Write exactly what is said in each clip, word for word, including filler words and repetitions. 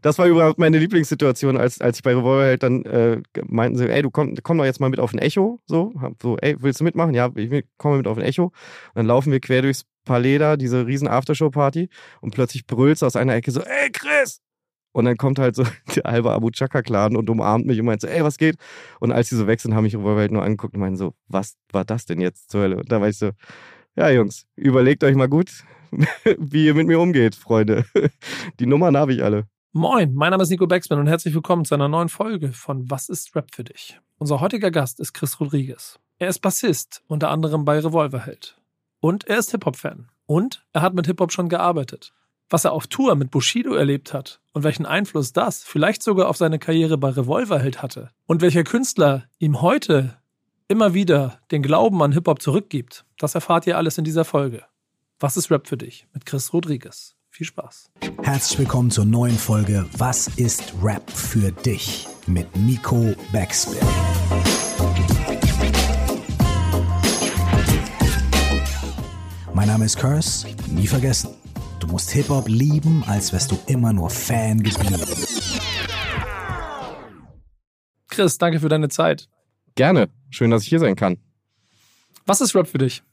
Das war überhaupt meine Lieblingssituation, als, als ich bei Revolverheld dann äh, meinten sie, ey, du komm, komm doch jetzt mal mit auf ein Echo. So, so, ey, willst du mitmachen? Ja, ich will, komm mal mit auf ein Echo. Und dann laufen wir quer durchs Palais da, diese riesen Aftershow-Party und plötzlich brüllt's aus einer Ecke so, ey, Chris! Und dann kommt halt so der halbe Abu Chaka-Clan und umarmt mich und meint so, ey, was geht? Und als die so weg sind, haben mich Revolverheld nur angeguckt und meinten so, was war das denn jetzt zur Hölle? Und da war ich so, ja, Jungs, überlegt euch mal gut, wie ihr mit mir umgeht, Freunde. Die Nummern habe ich alle. Moin, mein Name ist Nico Baxman und herzlich willkommen zu einer neuen Folge von Was ist Rap für dich? Unser heutiger Gast ist Chris Rodriguez. Er ist Bassist, unter anderem bei Revolverheld. Und er ist Hip-Hop-Fan. Und er hat mit Hip-Hop schon gearbeitet. Was er auf Tour mit Bushido erlebt hat und welchen Einfluss das vielleicht sogar auf seine Karriere bei Revolverheld hatte und welcher Künstler ihm heute immer wieder den Glauben an Hip-Hop zurückgibt, das erfahrt ihr alles in dieser Folge. Was ist Rap für dich? Mit Chris Rodriguez. Viel Spaß. Herzlich willkommen zur neuen Folge Was ist Rap für dich? Mit Nico Baxman. Mein Name ist Curse, nie vergessen. Du musst Hip-Hop lieben, als wärst du immer nur Fan geblieben. Chris, danke für deine Zeit. Gerne. Schön, dass ich hier sein kann. Was ist Rap für dich?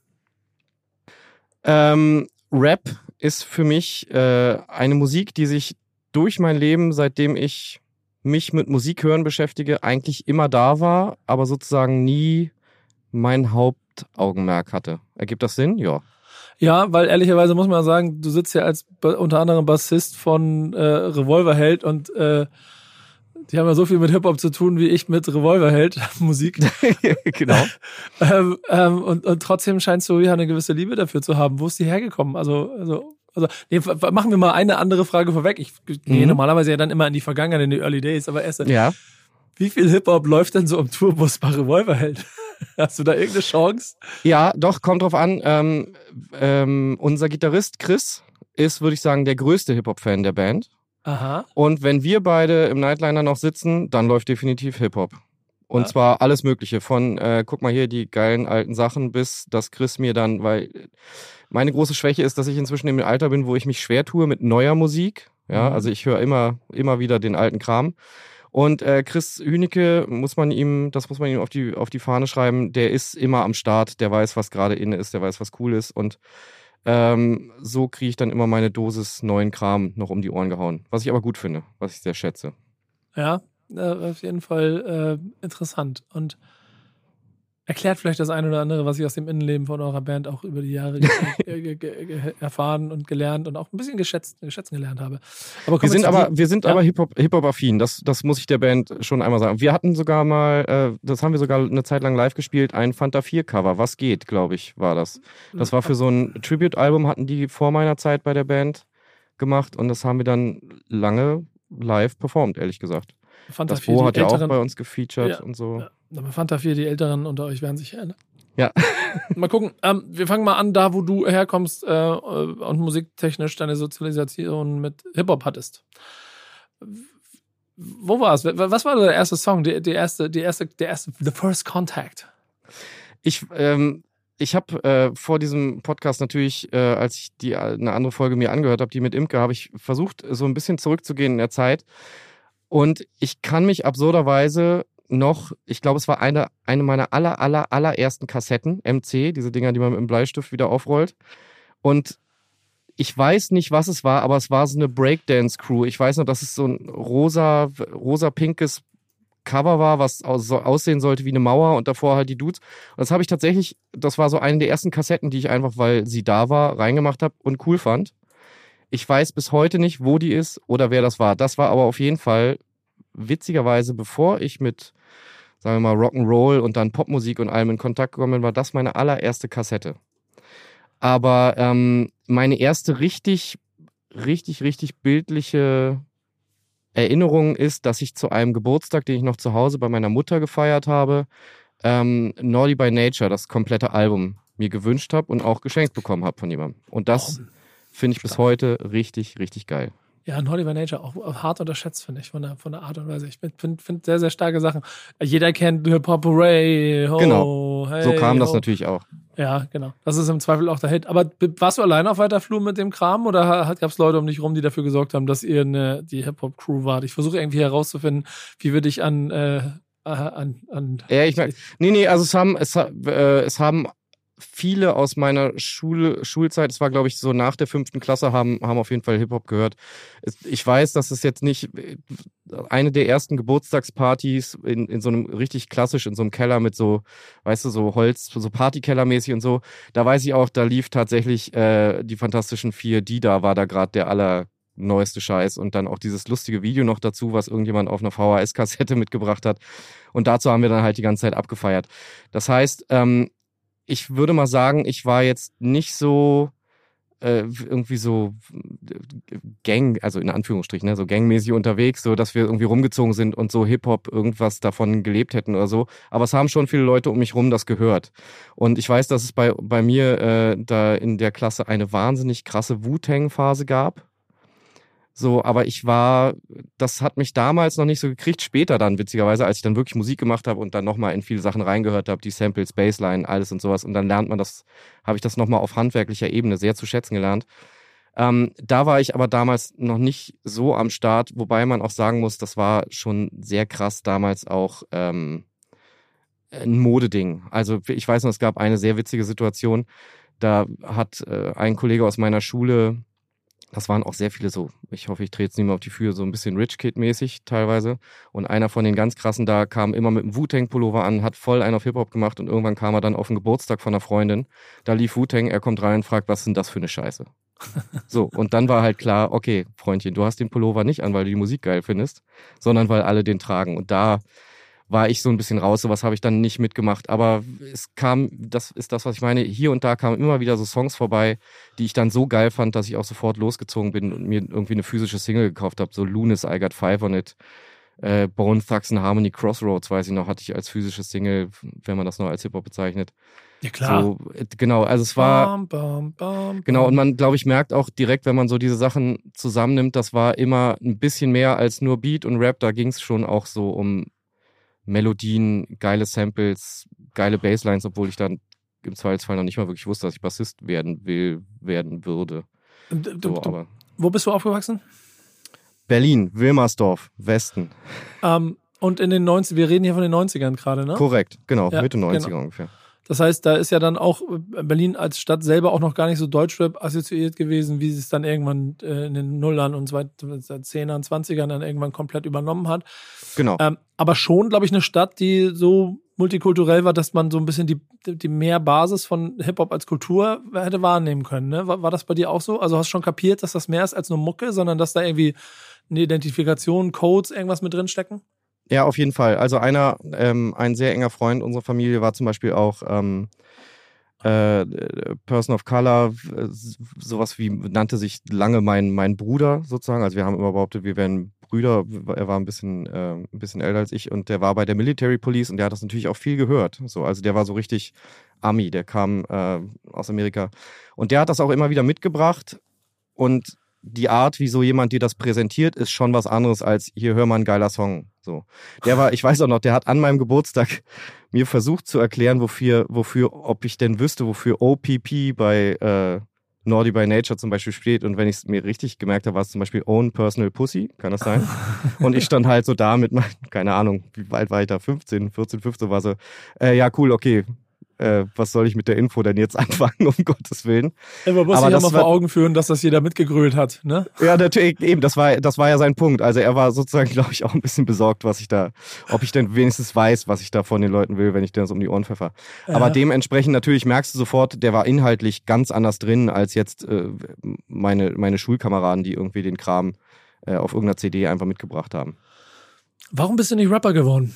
Ähm, Rap ist für mich äh, eine Musik, die sich durch mein Leben, seitdem ich mich mit Musik hören beschäftige, eigentlich immer da war, aber sozusagen nie mein Hauptaugenmerk hatte. Ergibt das Sinn? Ja. Ja, weil ehrlicherweise muss man sagen, du sitzt ja als unter anderem Bassist von äh, Revolverheld und äh, die haben ja so viel mit Hip-Hop zu tun, wie ich mit Revolverheld Musik. Genau. ähm, ähm, und, und trotzdem scheinst du ja eine gewisse Liebe dafür zu haben. Wo ist die hergekommen? Also, also, also nee, machen wir mal eine andere Frage vorweg. Ich gehe mhm. normalerweise ja dann immer in die Vergangenheit, in die Early Days, aber erst, ja. Wie viel Hip-Hop läuft denn so im Tourbus bei Revolverheld? Hast du da irgendeine Chance? Ja, doch, kommt drauf an. Ähm, ähm, unser Gitarrist Chris ist, würde ich sagen, der größte Hip-Hop-Fan der Band. Aha. Und wenn wir beide im Nightliner noch sitzen, dann läuft definitiv Hip-Hop. Und ja. zwar alles Mögliche. Von, äh, guck mal hier, die geilen alten Sachen, bis dass Chris mir dann, weil meine große Schwäche ist, dass ich inzwischen im Alter bin, wo ich mich schwer tue mit neuer Musik. Ja, mhm. also ich höre immer, immer wieder den alten Kram. Und äh, Chris Hünecke, muss man ihm, das muss man ihm auf die, auf die Fahne schreiben, der ist immer am Start, der weiß, was gerade inne ist, der weiß, was cool ist. Und ähm, so kriege ich dann immer meine Dosis neuen Kram noch um die Ohren gehauen. Was ich aber gut finde, was ich sehr schätze. Ja, äh, auf jeden Fall äh, interessant. Und erklärt vielleicht das eine oder andere, was ich aus dem Innenleben von eurer Band auch über die Jahre ge- ge- ge- erfahren und gelernt und auch ein bisschen geschätzt, geschätzen gelernt habe. Aber wir sind aber, die, wir sind ja? aber Hip-Hop, Hip-Hop-affin, das, das muss ich der Band schon einmal sagen. Wir hatten sogar mal, äh, das haben wir sogar eine Zeit lang live gespielt, ein Fanta vier Cover, Was geht, glaube ich, war das. Das war für so ein Tribute-Album, hatten die vor meiner Zeit bei der Band gemacht und das haben wir dann lange live performt, ehrlich gesagt. Fanta das Bo hat ja Älteren, auch bei uns gefeatured ja, und so. Ja. Aber Fanta vier, die Älteren unter euch werden sich erinnern. Ja. Mal gucken. Ähm, wir fangen mal an, da wo du herkommst äh, und musiktechnisch deine Sozialisation mit Hip-Hop hattest. Wo war es? Was war der erste Song? Die, die erste, die erste, der erste, The First Contact? Ich, ähm, ich habe äh, vor diesem Podcast natürlich, äh, als ich die eine andere Folge mir angehört habe, die mit Imke, habe ich versucht, so ein bisschen zurückzugehen in der Zeit. Und ich kann mich absurderweise noch, ich glaube, es war eine, eine meiner aller, aller, allerersten Kassetten, M C, diese Dinger, die man mit dem Bleistift wieder aufrollt. Und ich weiß nicht, was es war, aber es war so eine Breakdance-Crew. Ich weiß noch, dass es so ein rosa, rosa-pinkes Cover war, was so aussehen sollte wie eine Mauer und davor halt die Dudes. Und das habe ich tatsächlich, das war so eine der ersten Kassetten, die ich einfach, weil sie da war, reingemacht habe und cool fand. Ich weiß bis heute nicht, wo die ist oder wer das war. Das war aber auf jeden Fall witzigerweise, bevor ich mit, sagen wir mal, Rock'n'Roll und dann Popmusik und allem in Kontakt gekommen bin, war das meine allererste Kassette. Aber ähm, meine erste richtig, richtig, richtig bildliche Erinnerung ist, dass ich zu einem Geburtstag, den ich noch zu Hause bei meiner Mutter gefeiert habe, ähm, Naughty by Nature, das komplette Album, mir gewünscht habe und auch geschenkt bekommen habe von jemandem. Und das finde ich bis heute richtig, richtig geil. Ja, Naughty by Nature, auch hart unterschätzt, finde ich, von der, von der Art und Weise. Ich finde find sehr, sehr starke Sachen. Jeder kennt Hip-Hop Hooray, ho, Genau, hey, so kam das ho. natürlich auch. Ja, genau. Das ist im Zweifel auch der Hit. Aber warst du alleine auf weiter Flur mit dem Kram oder gab es Leute um dich rum, die dafür gesorgt haben, dass ihr eine, die Hip-Hop-Crew wart? Ich versuche irgendwie herauszufinden, wie wir dich an, äh, an, an Ja, ich meine, nee, nee, also es haben, es, äh, es haben viele aus meiner Schule, Schulzeit, es war glaube ich so nach der fünften Klasse, haben, haben auf jeden Fall Hip-Hop gehört. Ich weiß, dass es jetzt nicht eine der ersten Geburtstagspartys in, in so einem richtig klassisch, in so einem Keller mit so, weißt du, so Holz, so Partykellermäßig und so. Da weiß ich auch, da lief tatsächlich äh, die Fantastischen Vier, die da war da gerade der allerneueste Scheiß und dann auch dieses lustige Video noch dazu, was irgendjemand auf einer V H S-Kassette mitgebracht hat. Und dazu haben wir dann halt die ganze Zeit abgefeiert. Das heißt, ähm, ich würde mal sagen, ich war jetzt nicht so äh, irgendwie so Gang, also in Anführungsstrichen, ne, so gangmäßig unterwegs, so dass wir irgendwie rumgezogen sind und so Hip-Hop irgendwas davon gelebt hätten oder so. Aber es haben schon viele Leute um mich rum das gehört. Und ich weiß, dass es bei, bei mir äh, da in der Klasse eine wahnsinnig krasse Wu-Tang-Phase gab. So, aber ich war, das hat mich damals noch nicht so gekriegt, später dann witzigerweise, als ich dann wirklich Musik gemacht habe und dann nochmal in viele Sachen reingehört habe, die Samples, Bassline, alles und sowas und dann lernt man das, habe ich das nochmal auf handwerklicher Ebene sehr zu schätzen gelernt. Ähm, da war ich aber damals noch nicht so am Start, wobei man auch sagen muss, das war schon sehr krass damals auch ähm, ein Modeding. Also ich weiß noch, es gab eine sehr witzige Situation, da hat äh, ein Kollege aus meiner Schule, das waren auch sehr viele so, ich hoffe, ich drehe jetzt nicht mehr auf die Füße, so ein bisschen Rich Kid-mäßig teilweise. Und einer von den ganz krassen da kam immer mit einem Wu-Tang-Pullover an, hat voll einen auf Hip-Hop gemacht und irgendwann kam er dann auf den Geburtstag von einer Freundin. Da lief Wu-Tang, er kommt rein und fragt, was ist denn das für eine Scheiße? So, und dann war halt klar, okay, Freundchen, du hast den Pullover nicht an, weil du die Musik geil findest, sondern weil alle den tragen. Und da war ich so ein bisschen raus, sowas habe ich dann nicht mitgemacht, aber es kam, das ist das, was ich meine, hier und da kamen immer wieder so Songs vorbei, die ich dann so geil fand, dass ich auch sofort losgezogen bin und mir irgendwie eine physische Single gekauft habe, so Lunis, I Got Five on It, äh, Bone Thugs and Harmony, Crossroads, weiß ich noch, hatte ich als physische Single, wenn man das noch als Hip-Hop bezeichnet. Ja, klar. So, genau, also es war, bam, bam, bam, genau, und man, glaube ich, merkt auch direkt, wenn man so diese Sachen zusammennimmt, das war immer ein bisschen mehr als nur Beat und Rap, da ging es schon auch so um Melodien, geile Samples, geile Basslines, obwohl ich dann im Zweifelsfall noch nicht mal wirklich wusste, dass ich Bassist werden will, werden würde. Du, So, du, aber wo bist du aufgewachsen? Berlin, Wilmersdorf, Westen. Ähm, und in den neunzigern, wir reden hier von den neunzigern gerade, ne? Korrekt, genau, Ja, Mitte neunziger genau. ungefähr. Das heißt, da ist ja dann auch Berlin als Stadt selber auch noch gar nicht so Deutschrap assoziiert gewesen, wie sie es dann irgendwann äh, in den Nullern und Zehnern, Zwanzigern dann irgendwann komplett übernommen hat. Genau. Ähm, aber schon, glaube ich, eine Stadt, die so multikulturell war, dass man so ein bisschen die, die mehr Basis von Hip-Hop als Kultur hätte wahrnehmen können. Ne? War, war das bei dir auch so? Also hast du schon kapiert, dass das mehr ist als nur Mucke, sondern dass da irgendwie eine Identifikation, Codes, irgendwas mit drinstecken? Ja, auf jeden Fall. Also einer, ähm, ein sehr enger Freund unserer Familie war zum Beispiel auch ähm, äh, Person of Color, äh, sowas wie, nannte sich lange mein, mein Bruder sozusagen. Also wir haben immer behauptet, wir wären Brüder. Er war ein bisschen, äh, ein bisschen älter als ich und der war bei der Military Police und der hat das natürlich auch viel gehört. So, also der war so richtig Ami, der kam äh, aus Amerika. Und der hat das auch immer wieder mitgebracht und die Art, wie so jemand dir das präsentiert, ist schon was anderes als, hier, hör mal, ein geiler Song. So. Der war, ich weiß auch noch, der hat an meinem Geburtstag mir versucht zu erklären, wofür, wofür, ob ich denn wüsste, wofür O P P bei äh, Naughty by Nature zum Beispiel steht. Und wenn ich es mir richtig gemerkt habe, war es zum Beispiel Own Personal Pussy, kann das sein? Und ich stand halt so da mit meinen, keine Ahnung, wie alt war ich da? fünfzehn, vierzehn, fünfzehn war so, äh, ja, cool, okay. Äh, was soll ich mit der Info denn jetzt anfangen, um Gottes Willen? Ja, man muss Aber sich ja das mal war- vor Augen führen, dass das jeder mitgegrölt hat, ne? Ja, natürlich, eben, das war, das war ja sein Punkt. Also er war sozusagen, glaube ich, auch ein bisschen besorgt, was ich da, ob ich denn wenigstens weiß, was ich da von den Leuten will, wenn ich denen das um die Ohren pfeffer. Ja. Aber dementsprechend natürlich merkst du sofort, der war inhaltlich ganz anders drin, als jetzt äh, meine, meine Schulkameraden, die irgendwie den Kram äh, auf irgendeiner C D einfach mitgebracht haben. Warum bist du nicht Rapper geworden?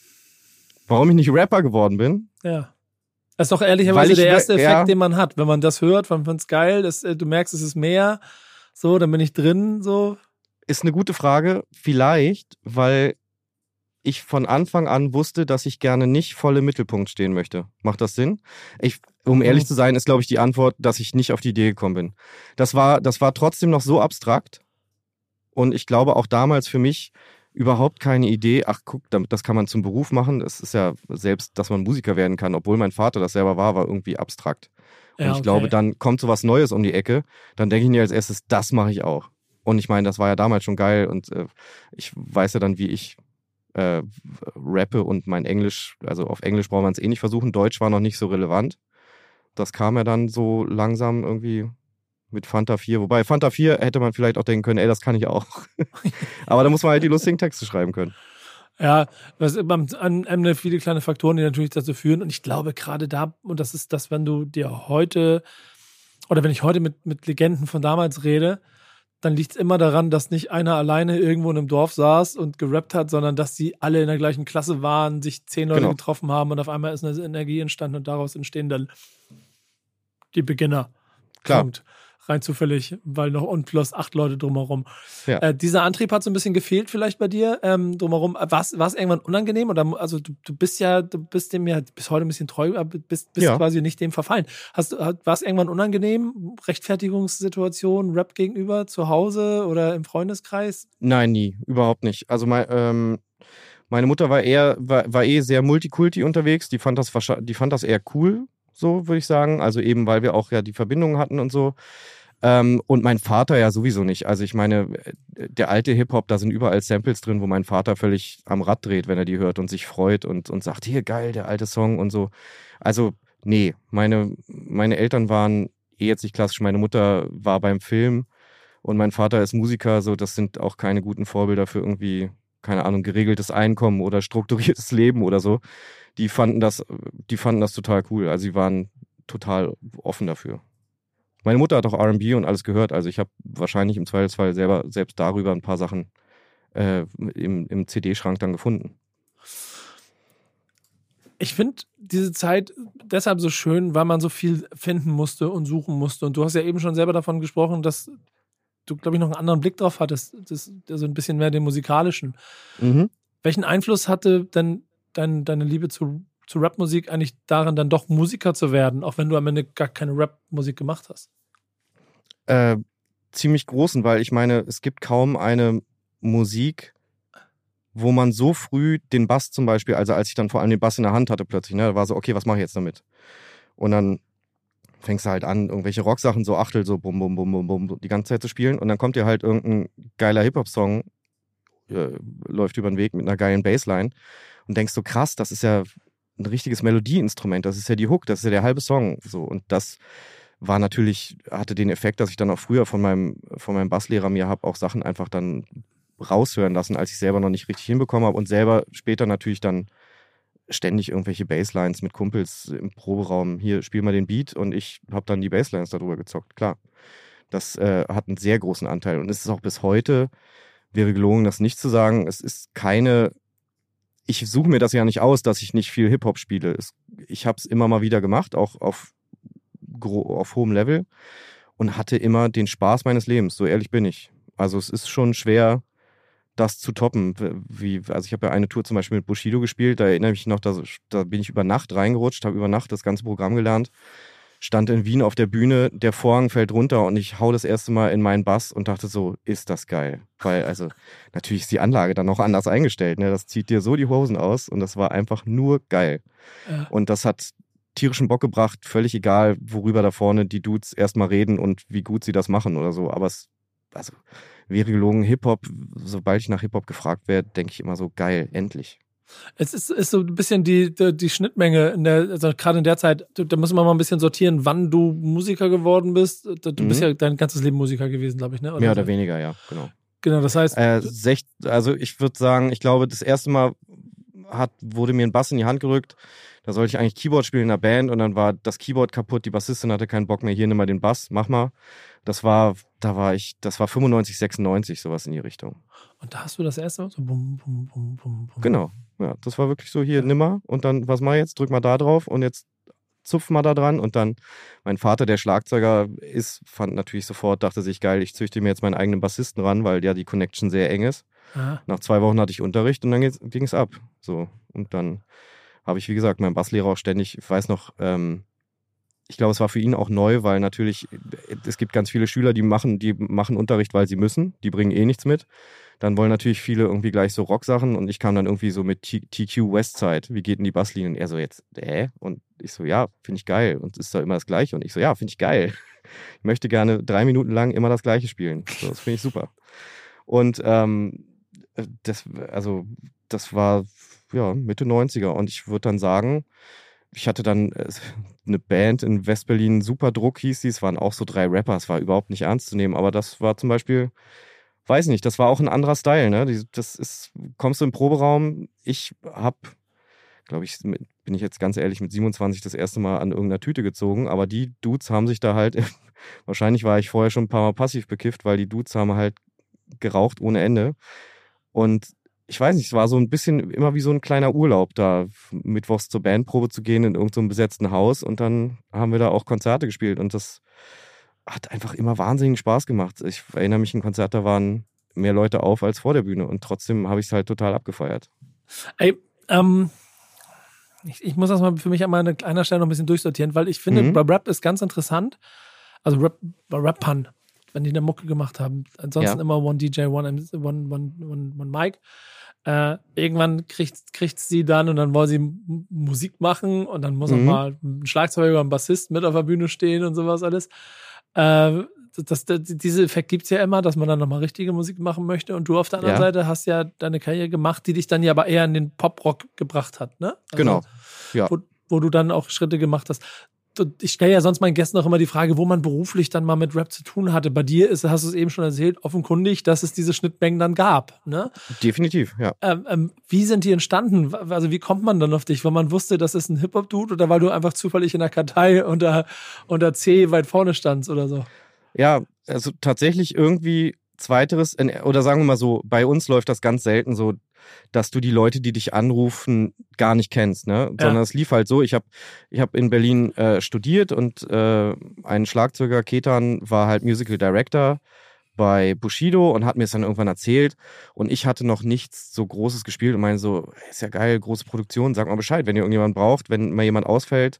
Warum ich nicht Rapper geworden bin? Ja. Das ist doch ehrlicherweise Weil ich der we- erste Effekt, ja. den man hat. Wenn man das hört, man findet es geil, das, äh, du merkst, es ist mehr, so, dann bin ich drin, so. Ist eine gute Frage. Vielleicht, weil ich von Anfang an wusste, dass ich gerne nicht voll im Mittelpunkt stehen möchte. Macht das Sinn? Ich, um ehrlich Mhm. zu sein, ist, glaube ich, die Antwort, dass ich nicht auf die Idee gekommen bin. Das war, das war trotzdem noch so abstrakt. Und ich glaube auch damals für mich überhaupt keine Idee, ach guck, das kann man zum Beruf machen. Es ist ja selbst, dass man Musiker werden kann, obwohl mein Vater das selber war, war irgendwie abstrakt. Und Ja, ich okay. glaube, dann kommt so was Neues um die Ecke, dann denke ich mir als erstes, das mache ich auch. Und ich meine, das war ja damals schon geil und äh, ich weiß ja dann, wie ich äh, rappe und mein Englisch, also auf Englisch braucht man es eh nicht versuchen, Deutsch war noch nicht so relevant. Das kam ja dann so langsam irgendwie mit Fanta vier, wobei Fanta vier hätte man vielleicht auch denken können, ey, das kann ich auch. Aber da muss man halt die lustigen Texte schreiben können. Ja, was am Ende viele kleine Faktoren, die natürlich dazu führen. Und ich glaube gerade da, und das ist das, wenn du dir heute, oder wenn ich heute mit, mit Legenden von damals rede, dann liegt es immer daran, dass nicht einer alleine irgendwo in einem Dorf saß und gerappt hat, sondern dass sie alle in der gleichen Klasse waren, sich zehn Leute Genau. getroffen haben und auf einmal ist eine Energie entstanden und daraus entstehen dann die Beginner. Klar. Punkt. Rein zufällig, weil noch und plus acht Leute drumherum. Ja. Äh, dieser Antrieb hat so ein bisschen gefehlt vielleicht bei dir ähm, drumherum. War es irgendwann unangenehm? Oder, also du, du bist ja, du bist dem ja bis heute ein bisschen treu, aber bist, bist Ja. quasi nicht dem verfallen. Hast du, war es irgendwann unangenehm? Rechtfertigungssituation, Rap gegenüber, zu Hause oder im Freundeskreis? Nein, nie, überhaupt nicht. Also mein, ähm, meine Mutter war eher, war, war eh sehr Multikulti unterwegs, die fand das wahrscheinlich, die fand das eher cool, so würde ich sagen. Also eben, weil wir auch ja die Verbindungen hatten und so. Ähm, und mein Vater ja sowieso nicht. Also ich meine, der alte Hip-Hop, da sind überall Samples drin, wo mein Vater völlig am Rad dreht, wenn er die hört und sich freut und, und sagt, hier geil, der alte Song und so. Also nee, meine, meine Eltern waren eh jetzt nicht klassisch. Meine Mutter war beim Film und mein Vater ist Musiker, so das sind auch keine guten Vorbilder für irgendwie, keine Ahnung, geregeltes Einkommen oder strukturiertes Leben oder so. Die fanden das, die fanden das total cool. Also sie waren total offen dafür. Meine Mutter hat auch R and B und alles gehört, also ich habe wahrscheinlich im Zweifelsfall selber selbst darüber ein paar Sachen äh, im, im C D-Schrank dann gefunden. Ich finde diese Zeit deshalb so schön, weil man so viel finden musste und suchen musste. Und du hast ja eben schon selber davon gesprochen, dass du, glaube ich, noch einen anderen Blick drauf hattest, das, also ein bisschen mehr den musikalischen. Mhm. Welchen Einfluss hatte denn dein, deine Liebe zu, zu Rapmusik eigentlich darin, dann doch Musiker zu werden, auch wenn du am Ende gar keine Rapmusik gemacht hast? Äh, ziemlich großen, weil ich meine, es gibt kaum eine Musik, wo man so früh den Bass zum Beispiel, also als ich dann vor allem den Bass in der Hand hatte plötzlich, ne, da war so, okay, was mache ich jetzt damit? Und dann fängst du halt an, irgendwelche Rocksachen, so Achtel, so bum, bum, bum, bum, bum, die ganze Zeit zu spielen und dann kommt dir halt irgendein geiler Hip-Hop-Song, äh, läuft über den Weg mit einer geilen Bassline und denkst so, krass, das ist ja ein richtiges Melodieinstrument, das ist ja die Hook, das ist ja der halbe Song, so, und das war natürlich, hatte den Effekt, dass ich dann auch früher von meinem, von meinem Basslehrer mir habe auch Sachen einfach dann raushören lassen, als ich selber noch nicht richtig hinbekommen habe und selber später natürlich dann ständig irgendwelche Basslines mit Kumpels im Proberaum, hier, spiel mal den Beat und ich habe dann die Basslines darüber gezockt, klar. Das äh, hat einen sehr großen Anteil und es ist auch bis heute, wäre gelogen, das nicht zu sagen, es ist keine, ich suche mir das ja nicht aus, dass ich nicht viel Hip-Hop spiele. Es, ich habe es immer mal wieder gemacht, auch auf auf hohem Level und hatte immer den Spaß meines Lebens, so ehrlich bin ich. Also es ist schon schwer, das zu toppen. Wie, also ich habe ja eine Tour zum Beispiel mit Bushido gespielt, da erinnere ich mich noch, da, da bin ich über Nacht reingerutscht, habe über Nacht das ganze Programm gelernt, stand in Wien auf der Bühne, der Vorhang fällt runter und ich hau das erste Mal in meinen Bass und dachte so, ist das geil. Weil also natürlich ist die Anlage dann noch anders eingestellt, ne? Das zieht dir so die Hosen aus und das war einfach nur geil. Ja. Und das hat tierischen Bock gebracht, völlig egal, worüber da vorne die Dudes erstmal reden und wie gut sie das machen oder so. Aber es also, wäre gelogen, Hip-Hop, sobald ich nach Hip-Hop gefragt werde, denke ich immer so, geil, endlich. Es ist, ist so ein bisschen die, die, die Schnittmenge, in der, also gerade in der Zeit, da müssen wir mal ein bisschen sortieren, wann du Musiker geworden bist. Du Mhm. bist ja dein ganzes Leben Musiker gewesen, glaube ich, ne? Mehr oder weniger, ja, genau. Genau, das heißt, Äh, sech, also ich würde sagen, ich glaube, das erste Mal hat, wurde mir ein Bass in die Hand gerückt. Da sollte ich eigentlich Keyboard spielen in der Band und dann war das Keyboard kaputt, die Bassistin hatte keinen Bock mehr, hier nimm mal den Bass, mach mal. Das war, da war ich, das war fünfundneunzig, sechsundneunzig, sowas in die Richtung. und da hast du das erste Mal so bum, bum, bum, bum, bum. Genau, ja, das war wirklich so, hier, nimm mal und dann, was mach ich jetzt, drück mal da drauf und jetzt zupf mal da dran und dann, mein Vater, der Schlagzeuger ist, fand natürlich sofort, dachte sich, geil, ich züchte mir jetzt meinen eigenen Bassisten ran, weil ja die Connection sehr eng ist. Aha. Nach zwei Wochen hatte ich Unterricht und dann ging es ab. So. Und dann habe ich, wie gesagt, meinen Basslehrer auch ständig, ich weiß noch, ähm, ich glaube, es war für ihn auch neu, weil natürlich, es gibt ganz viele Schüler, die machen, die machen Unterricht, weil sie müssen, die bringen eh nichts mit. Dann wollen natürlich viele irgendwie gleich so Rocksachen und ich kam dann irgendwie so mit T Q Westside, wie geht denn die Basslinie? Und er so, jetzt, hä? Und ich so, ja, finde ich geil. Und ist da immer das Gleiche? Und ich so, ja, finde ich geil. Ich möchte gerne drei Minuten lang immer das Gleiche spielen. So, das finde ich super. Und ähm, das, also, das war ja Mitte neunziger und ich würde dann sagen, ich hatte dann äh, eine Band in Westberlin, Superdruck hieß die, es waren auch so drei Rapper, es war überhaupt nicht ernst zu nehmen, aber das war zum Beispiel, weiß nicht, das war auch ein anderer Style, ne? Das ist, kommst du im Proberaum, ich hab, glaube ich, mit, bin ich jetzt ganz ehrlich, mit siebenundzwanzig das erste Mal an irgendeiner Tüte gezogen, aber die Dudes haben sich da halt, wahrscheinlich war ich vorher schon ein paar Mal passiv bekifft, weil die Dudes haben halt geraucht ohne Ende und ich weiß nicht, es war so ein bisschen immer wie so ein kleiner Urlaub, da mittwochs zur Bandprobe zu gehen in irgendeinem so besetzten Haus und dann haben wir da auch Konzerte gespielt und das hat einfach immer wahnsinnigen Spaß gemacht. Ich erinnere mich, ein Konzert, da waren mehr Leute auf als vor der Bühne und trotzdem habe ich es halt total abgefeiert. Ey, ähm, ich, ich muss das mal für mich an einer kleinen Stelle noch ein bisschen durchsortieren, weil ich finde, mhm. bei Rap ist ganz interessant, also Rap, bei Rap-Pun, wenn die eine Mucke gemacht haben, ansonsten ja. immer One D J, One, one, one, one, one Mic. Äh, irgendwann kriegt, kriegt sie dann und dann wollen sie M- Musik machen und dann muss mhm. auch mal ein Schlagzeuger oder ein Bassist mit auf der Bühne stehen und sowas alles. Äh, das, das, diese Effekt gibt's ja immer, dass man dann nochmal richtige Musik machen möchte und du auf der anderen ja. Seite hast ja deine Karriere gemacht, die dich dann ja aber eher in den Pop-Rock gebracht hat, ne? Also, genau, ja. Wo, wo du dann auch Schritte gemacht hast. Ich stelle ja sonst meinen Gästen auch immer die Frage, wo man beruflich dann mal mit Rap zu tun hatte. Bei dir ist, hast du es eben schon erzählt, offenkundig, dass es diese Schnittmengen dann gab. Ne? Definitiv, ja. Ähm, ähm, wie sind die entstanden? Also wie kommt man dann auf dich? Weil man wusste, das ist ein Hip-Hop-Dude oder weil du einfach zufällig in der Kartei unter, unter C weit vorne standst oder so? Ja, also tatsächlich irgendwie Zweiteres, oder sagen wir mal so, bei uns läuft das ganz selten so, dass du die Leute, die dich anrufen, gar nicht kennst, ne? Ja. Sondern es lief halt so, ich habe ich hab in Berlin äh, studiert und äh, ein Schlagzeuger, Ketan, war halt Musical Director bei Bushido und hat mir es dann irgendwann erzählt und ich hatte noch nichts so Großes gespielt und meine so, ist ja geil, große Produktion, sag mal Bescheid, wenn ihr irgendjemand braucht, wenn mal jemand ausfällt,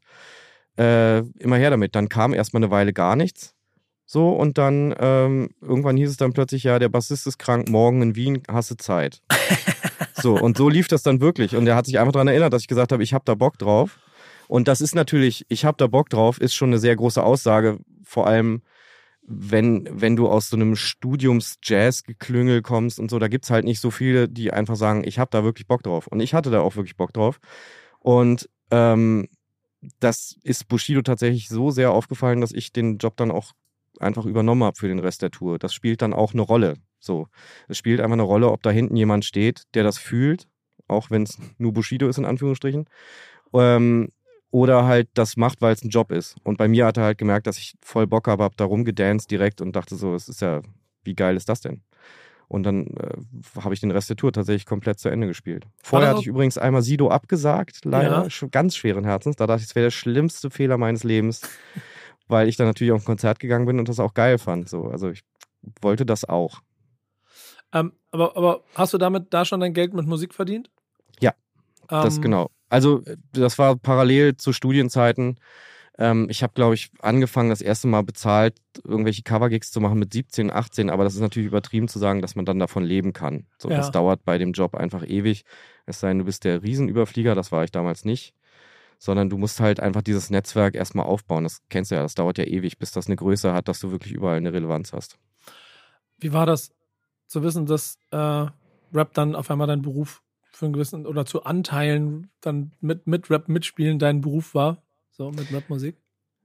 äh, immer her damit. Dann kam erstmal eine Weile gar nichts. So, und dann ähm, irgendwann hieß es dann plötzlich, ja, der Bassist ist krank, morgen in Wien, hast du Zeit. So, und so lief das dann wirklich. Und er hat sich einfach daran erinnert, dass ich gesagt habe, ich habe da Bock drauf. Und das ist natürlich, ich habe da Bock drauf, ist schon eine sehr große Aussage. Vor allem, wenn, wenn du aus so einem Studiums-Jazz-Geklüngel kommst und so, da gibt's halt nicht so viele, die einfach sagen, ich habe da wirklich Bock drauf. Und ich hatte da auch wirklich Bock drauf. Und ähm, das ist Bushido tatsächlich so sehr aufgefallen, dass ich den Job dann auch einfach übernommen habe für den Rest der Tour. Das spielt dann auch eine Rolle. So, es spielt einfach eine Rolle, ob da hinten jemand steht, der das fühlt, auch wenn es nur Bushido ist, in Anführungsstrichen, ähm, oder halt das macht, weil es ein Job ist. Und bei mir hat er halt gemerkt, dass ich voll Bock habe, hab da rumgedanced direkt und dachte so, es ist ja, wie geil ist das denn? Und dann äh, habe ich den Rest der Tour tatsächlich komplett zu Ende gespielt. Vorher hatte ich übrigens einmal Sido abgesagt, leider, ja. ganz schweren Herzens. Da dachte ich, es wäre der schlimmste Fehler meines Lebens, weil ich dann natürlich auf ein Konzert gegangen bin und das auch geil fand. So. Also ich wollte das auch. Ähm, aber, aber hast du damit da schon dein Geld mit Musik verdient? Ja, ähm, das genau. Also das war parallel zu Studienzeiten. Ähm, ich habe, glaube ich, angefangen, das erste Mal bezahlt, irgendwelche Covergigs zu machen mit siebzehn, achtzehn, aber das ist natürlich übertrieben zu sagen, dass man dann davon leben kann. So, ja. Das dauert bei dem Job einfach ewig. Es sei denn, du bist der Riesenüberflieger, das war ich damals nicht. Sondern du musst halt einfach dieses Netzwerk erstmal aufbauen. Das kennst du ja, das dauert ja ewig, bis das eine Größe hat, dass du wirklich überall eine Relevanz hast. Wie war das, zu wissen, dass äh, Rap dann auf einmal dein Beruf für einen gewissen, oder zu Anteilen dann mit, mit Rap mitspielen dein Beruf war? So, mit Rapmusik?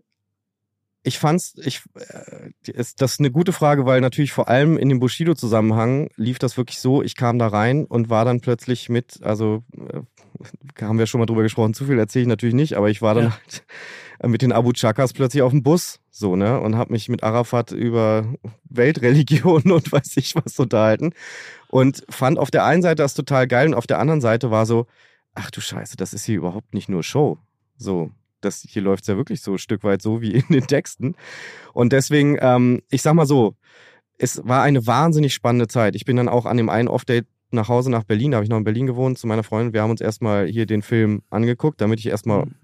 Ich fand's, ich, äh, ist das eine gute Frage, weil natürlich vor allem in dem Bushido-Zusammenhang lief das wirklich so, ich kam da rein und war dann plötzlich mit, also äh, haben wir schon mal drüber gesprochen, zu viel erzähle ich natürlich nicht, aber ich war dann ja. halt mit den Abu Chakas plötzlich auf dem Bus, so, ne, und habe mich mit Arafat über Weltreligionen und weiß ich was unterhalten und fand auf der einen Seite das total geil und auf der anderen Seite war so, ach du Scheiße, das ist hier überhaupt nicht nur Show, so. Das, hier läuft es ja wirklich so ein Stück weit so wie in den Texten. Und deswegen, ähm, ich sag mal so, es war eine wahnsinnig spannende Zeit. Ich bin dann auch an dem einen Off-Date nach Hause nach Berlin, da habe ich noch in Berlin gewohnt, zu meiner Freundin. Wir haben uns erstmal hier den Film angeguckt, damit ich erstmal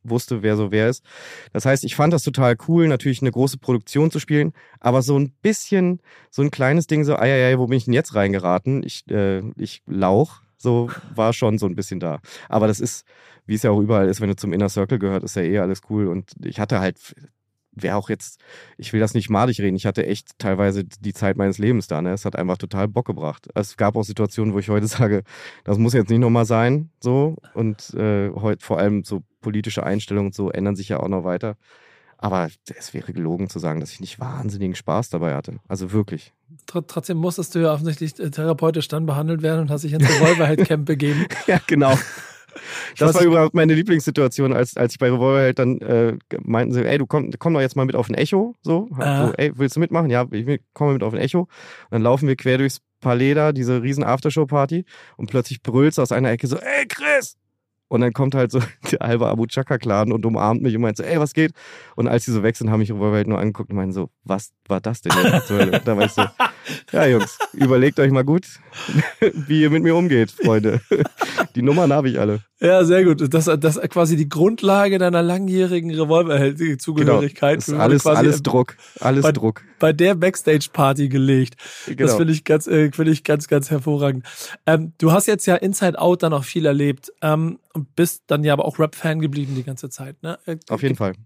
wusste, wer so wer ist. Das heißt, ich fand das total cool, natürlich eine große Produktion zu spielen, aber so ein bisschen, so ein kleines Ding, so, ei, ei, ei, wo bin ich denn jetzt reingeraten? Ich, äh, ich Lauch, so war schon so ein bisschen da. Aber das ist, wie es ja auch überall ist, wenn du zum Inner Circle gehört, ist ja eh alles cool. Und ich hatte halt, wäre auch jetzt, ich will das nicht madig reden, ich hatte echt teilweise die Zeit meines Lebens da. Ne? Es hat einfach total Bock gebracht. Es gab auch Situationen, wo ich heute sage, das muss jetzt nicht nochmal sein. So. Und äh, heute vor allem so politische Einstellungen und so ändern sich ja auch noch weiter. Aber es wäre gelogen zu sagen, dass ich nicht wahnsinnigen Spaß dabei hatte. Also wirklich. Trotzdem musstest du ja offensichtlich therapeutisch dann behandelt werden und hast dich ins Revolverheld-Camp begeben. Ja, genau. Das war überhaupt meine Lieblingssituation, als, als ich bei Revolverheld dann äh, meinten sie, ey, du komm, komm doch jetzt mal mit auf ein Echo. So, ah. so, ey, willst du mitmachen? Ja, ich komme mit auf ein Echo. Und dann laufen wir quer durchs Palais da, diese riesen Aftershow-Party und plötzlich brüllt's aus einer Ecke so, ey Chris! Und dann kommt halt so der halbe Abu Chaka-Clan und umarmt mich und meint so, ey, was geht? Und als die so weg sind, haben mich Revolverheld nur angeguckt und meinen so, was war das denn jetzt? Da war ich so, ja Jungs, überlegt euch mal gut, wie ihr mit mir umgeht, Freunde. Die Nummern habe ich alle. Ja, sehr gut. Das ist quasi die Grundlage deiner langjährigen Revolverheld-Zugehörigkeit. Genau. Alles, alles Druck. Alles bei, Druck. Bei der Backstage-Party gelegt. Genau. Das finde ich ganz, äh, finde ich ganz, ganz hervorragend. Ähm, du hast jetzt ja Inside Out dann auch viel erlebt ähm, und bist dann ja aber auch Rap-Fan geblieben die ganze Zeit. Ne? Äh, Auf jeden Fall.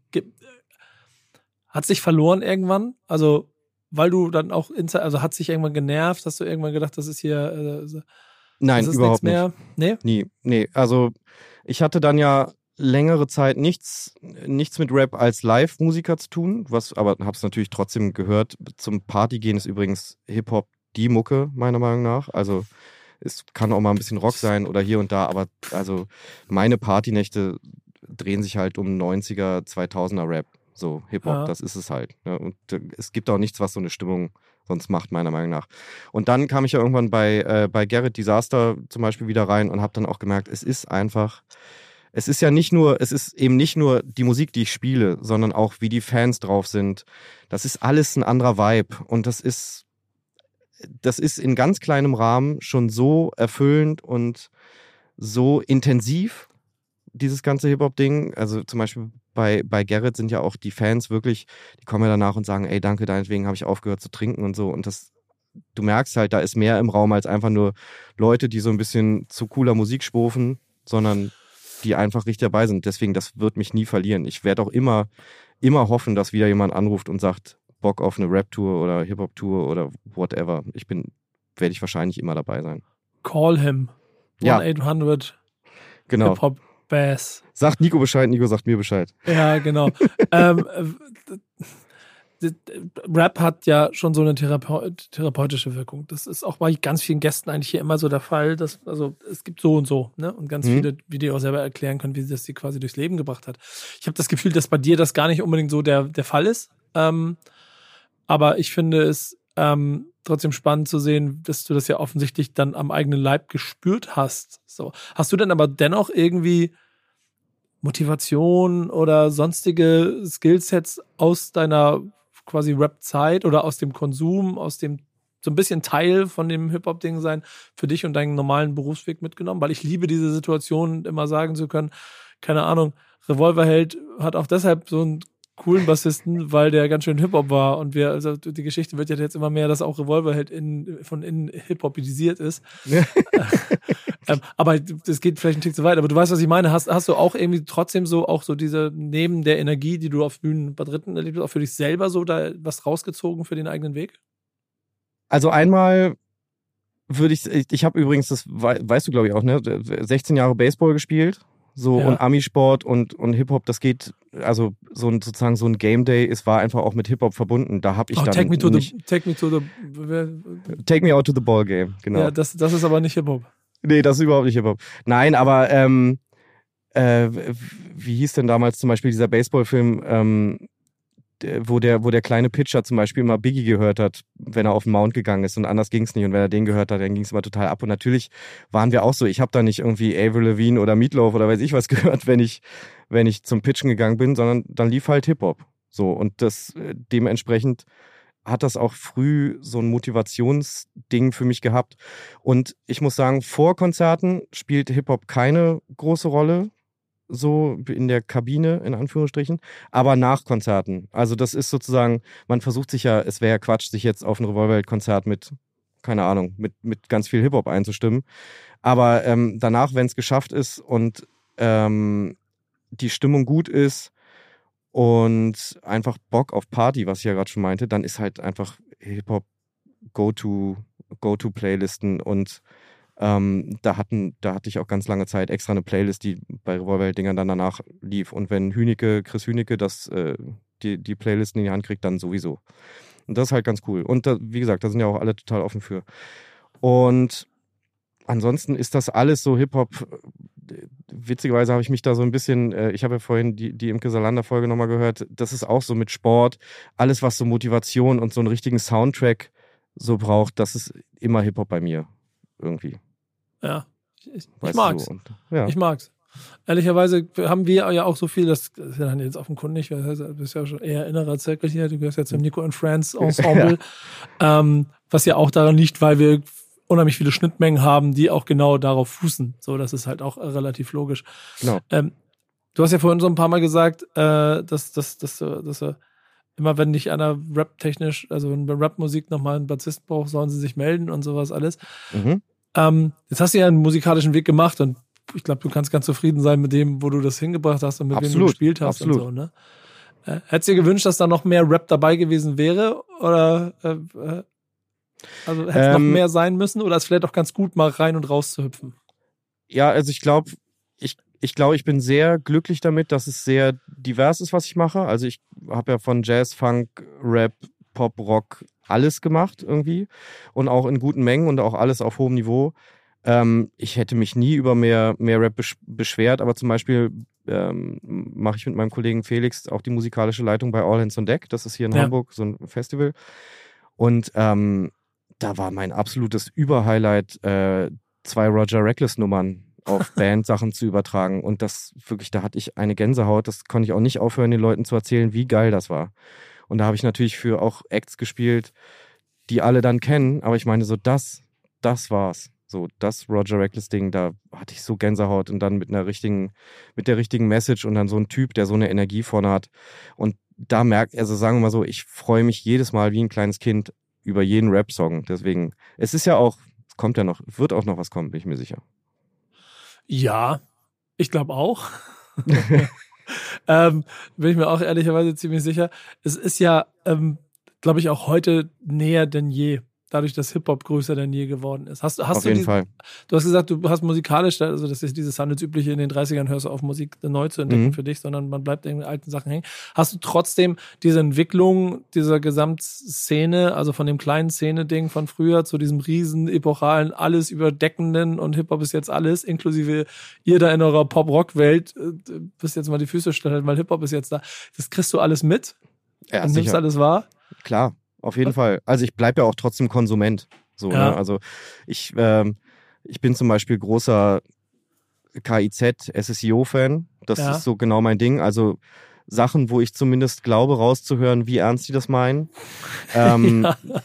Hat sich verloren irgendwann? Also, weil du dann auch Inside, also hat sich irgendwann genervt? Hast du irgendwann gedacht, das ist hier... Äh, Nein, das ist überhaupt mehr? nicht. Nee? Nie. Nee, also ich hatte dann ja längere Zeit nichts, nichts mit Rap als Live-Musiker zu tun, was, aber hab's natürlich trotzdem gehört. Zum Partygehen ist übrigens Hip-Hop die Mucke, meiner Meinung nach. Also es kann auch mal ein bisschen Rock sein oder hier und da, aber also meine Partynächte drehen sich halt um neunziger, zweitausender Rap. So Hip-Hop, ja. Das ist es halt. Ne? Und es gibt auch nichts, was so eine Stimmung sonst macht, meiner Meinung nach. Und dann kam ich ja irgendwann bei, äh, bei Garrett Disaster zum Beispiel wieder rein und habe dann auch gemerkt, es ist einfach, es ist ja nicht nur, es ist eben nicht nur die Musik, die ich spiele, sondern auch wie die Fans drauf sind. Das ist alles ein anderer Vibe und das ist, das ist in ganz kleinem Rahmen schon so erfüllend und so intensiv, dieses ganze Hip-Hop-Ding. Also zum Beispiel bei, bei Garrett sind ja auch die Fans wirklich, die kommen ja danach und sagen, ey, danke, deinetwegen habe ich aufgehört zu trinken und so. Und das, du merkst halt, da ist mehr im Raum als einfach nur Leute, die so ein bisschen zu cooler Musik spofen, sondern die einfach richtig dabei sind. Deswegen, das wird mich nie verlieren. Ich werde auch immer, immer hoffen, dass wieder jemand anruft und sagt, Bock auf eine Rap-Tour oder Hip-Hop-Tour oder whatever. Ich bin, werde ich wahrscheinlich immer dabei sein. Call him. Ja. one eight hundred Genau. Hip-Hop Bass. Sagt Nico Bescheid, Nico sagt mir Bescheid. Ja, genau. ähm, Rap hat ja schon so eine Therape- therapeutische Wirkung. Das ist auch bei ganz vielen Gästen eigentlich hier immer so der Fall, dass, also es gibt so und so, ne? Und ganz mhm. viele, wie die auch selber erklären können, wie das sie quasi durchs Leben gebracht hat. Ich habe das Gefühl, dass bei dir das gar nicht unbedingt so der, der Fall ist. Ähm, aber ich finde es ähm, trotzdem spannend zu sehen, dass du das ja offensichtlich dann am eigenen Leib gespürt hast. So. Hast du denn aber dennoch irgendwie Motivation oder sonstige Skillsets aus deiner quasi Rap-Zeit oder aus dem Konsum, aus dem so ein bisschen Teil von dem Hip-Hop-Ding sein, für dich und deinen normalen Berufsweg mitgenommen? Weil ich liebe diese Situation, immer sagen zu können, keine Ahnung, Revolverheld hat auch deshalb so einen coolen Bassisten, weil der ganz schön Hip-Hop war und wir, also die Geschichte wird ja jetzt immer mehr, dass auch Revolverheld in, von innen Hip-Hopidisiert ist. ähm, aber das geht vielleicht ein Tick zu weit, aber du weißt, was ich meine. Hast, hast du auch irgendwie trotzdem so, auch so diese, neben der Energie, die du auf Bühnen bei Dritten erlebt hast, auch für dich selber so da was rausgezogen für den eigenen Weg? Also einmal würde ich, ich, ich habe übrigens, das weißt du glaube ich auch, ne, sechzehn Jahre Baseball gespielt. So, ja. Und Ami-Sport und, und Hip-Hop, das geht, also so ein, sozusagen so ein Game Day, es war einfach auch mit Hip-Hop verbunden. Da habe ich oh, dann take me to nicht... The, take me to the... Take me out to the ball game, genau. Ja, das, das ist aber nicht Hip-Hop. Nee, das ist überhaupt nicht Hip-Hop. Nein, aber ähm, äh, wie hieß denn damals zum Beispiel dieser Baseball-Film, ähm, wo der, wo der kleine Pitcher zum Beispiel immer Biggie gehört hat, wenn er auf den Mount gegangen ist und anders ging es nicht. Und wenn er den gehört hat, dann ging es immer total ab. Und natürlich waren wir auch so, ich habe da nicht irgendwie Avril Lavigne oder Meatloaf oder weiß ich was gehört, wenn ich, wenn ich zum Pitchen gegangen bin, sondern dann lief halt Hip-Hop. So, und das dementsprechend hat das auch früh so ein Motivationsding für mich gehabt. Und ich muss sagen, vor Konzerten spielt Hip-Hop keine große Rolle. so in der Kabine, in Anführungsstrichen, aber nach Konzerten. Also das ist sozusagen, man versucht sich ja, es wäre ja Quatsch, sich jetzt auf ein Revolverheld-Konzert mit, keine Ahnung, mit, mit ganz viel Hip-Hop einzustimmen. Aber ähm, danach, wenn es geschafft ist und ähm, die Stimmung gut ist und einfach Bock auf Party, was ich ja gerade schon meinte, dann ist halt einfach Hip-Hop Go-To, Go-To-Playlisten und ähm, da hatten, da hatte ich auch ganz lange Zeit extra eine Playlist, die bei Revolverheld-Dingern dann danach lief. Und wenn Hünike, Chris Hünike das, äh, die, die Playlisten in die Hand kriegt, dann sowieso. Und das ist halt ganz cool. Und da, wie gesagt, da sind ja auch alle total offen für. Und ansonsten ist das alles so Hip-Hop. Witzigerweise habe ich mich da so ein bisschen, äh, ich habe ja vorhin die, die Imke Salander-Folge nochmal gehört, das ist auch so mit Sport, alles was so Motivation und so einen richtigen Soundtrack so braucht, das ist immer Hip-Hop bei mir irgendwie. Ja, ich, ich Weißt mag's. du, und, ja. Ich mag's. Ehrlicherweise haben wir ja auch so viel, das ist ja dann jetzt offenkundig, du bist ja schon eher innerer Zirkel hier, du gehörst ja zum Nico and Friends Ensemble, ja. ähm, was ja auch daran liegt, weil wir unheimlich viele Schnittmengen haben, die auch genau darauf fußen. So, das ist halt auch äh, relativ logisch. Genau. Ähm, du hast ja vorhin so ein paar Mal gesagt, äh, dass, dass, dass, dass, dass äh, immer wenn dich einer rap-technisch, also wenn bei Rap-Musik nochmal einen Bassist braucht, sollen sie sich melden und sowas alles. Mhm. Ähm, jetzt hast du ja einen musikalischen Weg gemacht und ich glaube, du kannst ganz zufrieden sein mit dem, wo du das hingebracht hast und mit absolut, wem du gespielt hast absolut. und so, ne? Äh, hättest du dir gewünscht, dass da noch mehr Rap dabei gewesen wäre? Oder äh, äh, also hätte es ähm, noch mehr sein müssen? Oder ist vielleicht auch ganz gut, mal rein und raus zu hüpfen? Ja, also ich glaube, ich, ich glaube, ich bin sehr glücklich damit, dass es sehr divers ist, was ich mache. Also ich habe ja von Jazz, Funk, Rap, Pop, Rock alles gemacht irgendwie und auch in guten Mengen und auch alles auf hohem Niveau. Ähm, ich hätte mich nie über mehr, mehr Rap besch- beschwert, aber zum Beispiel ähm, mache ich mit meinem Kollegen Felix auch die musikalische Leitung bei All Hands on Deck. Das ist hier in ja. Hamburg so ein Festival. Und ähm, da war mein absolutes Überhighlight, äh, zwei Roger Reckless-Nummern auf Band-Sachen zu übertragen. Und das wirklich, da hatte ich eine Gänsehaut. Das konnte ich auch nicht aufhören, den Leuten zu erzählen, wie geil das war. Und da habe ich natürlich für auch Acts gespielt, die alle dann kennen. Aber ich meine, so das, das war's. So das Roger Reckless-Ding, da hatte ich so Gänsehaut und dann mit einer richtigen, mit der richtigen Message und dann so ein Typ, der so eine Energie vorne hat. Und da merkt, also sagen wir mal so, ich freue mich jedes Mal wie ein kleines Kind über jeden Rap-Song. Deswegen, es ist ja auch, es kommt ja noch, wird auch noch was kommen, bin ich mir sicher. Ja, ich glaube auch. ähm, bin ich mir auch ehrlicherweise ziemlich sicher. Es ist ja, ähm, glaube ich, auch heute näher denn je. Dadurch, dass Hip-Hop größer denn je geworden ist. Hast, hast auf du jeden die, Fall. Du hast gesagt, du hast musikalisch, also das ist dieses handelsübliche in den dreißigern, hörst du auf, Musik neu zu entdecken mhm. für dich, sondern man bleibt in den alten Sachen hängen. Hast du trotzdem diese Entwicklung dieser Gesamtszene, also von dem kleinen Szene-Ding von früher zu diesem riesen, epochalen, alles überdeckenden und Hip-Hop ist jetzt alles, inklusive ihr da in eurer Pop-Rock-Welt, bist jetzt mal die Füße stellen, weil Hip-Hop ist jetzt da. Das kriegst du alles mit? Ja, und sicher. nimmst alles wahr? Klar. Auf jeden Fall. Also ich bleibe ja auch trotzdem Konsument. So, ja. ne? Also ich, ähm, ich bin zum Beispiel großer K I Z, S S I O-Fan. Das ja. ist so genau mein Ding. Also Sachen, wo ich zumindest glaube, rauszuhören, wie ernst die das meinen. ähm,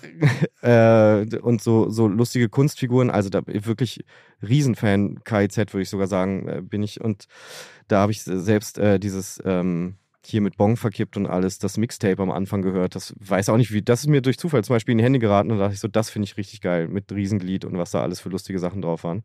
ja. äh, und so, so lustige Kunstfiguren. Also da wirklich Riesenfan, K I Z würde ich sogar sagen, äh, bin ich. Und da habe ich selbst äh, dieses... Ähm, hier mit Bong verkippt und alles, das Mixtape am Anfang gehört. Das weiß auch nicht, wie, das ist mir durch Zufall zum Beispiel in die Hände geraten und da dachte ich so, das finde ich richtig geil, mit Riesenglied und was da alles für lustige Sachen drauf waren.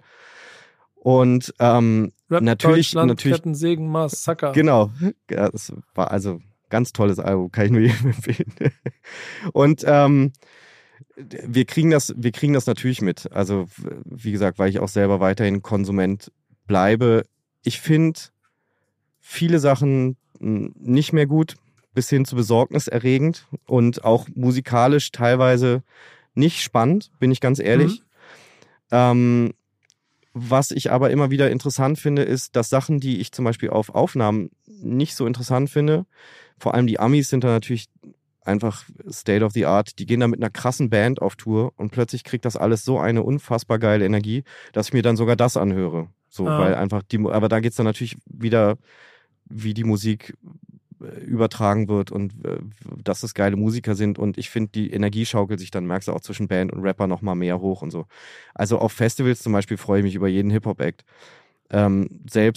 Und ähm, Rap natürlich, Deutschland, natürlich Kettensägen, Massaker. Genau, ja, das war also ganz tolles Album, kann ich nur jedem empfehlen. Und ähm, wir kriegen das, wir kriegen das natürlich mit. Also wie gesagt, weil ich auch selber weiterhin Konsument bleibe. Ich finde viele Sachen nicht mehr gut, bis hin zu besorgniserregend und auch musikalisch teilweise nicht spannend, bin ich ganz ehrlich. Mhm. Ähm, was ich aber immer wieder interessant finde, ist, dass Sachen, die ich zum Beispiel auf Aufnahmen nicht so interessant finde, vor allem die Amis sind da natürlich einfach State of the Art, die gehen da mit einer krassen Band auf Tour und plötzlich kriegt das alles so eine unfassbar geile Energie, dass ich mir dann sogar das anhöre. So, ah. weil einfach die, aber da geht's dann natürlich wieder, wie die Musik übertragen wird und dass das geile Musiker sind und ich finde, die Energie schaukelt sich dann, merkst du auch zwischen Band und Rapper noch mal mehr hoch und so. Also auf Festivals zum Beispiel freue ich mich über jeden Hip-Hop-Act. Ähm, selbst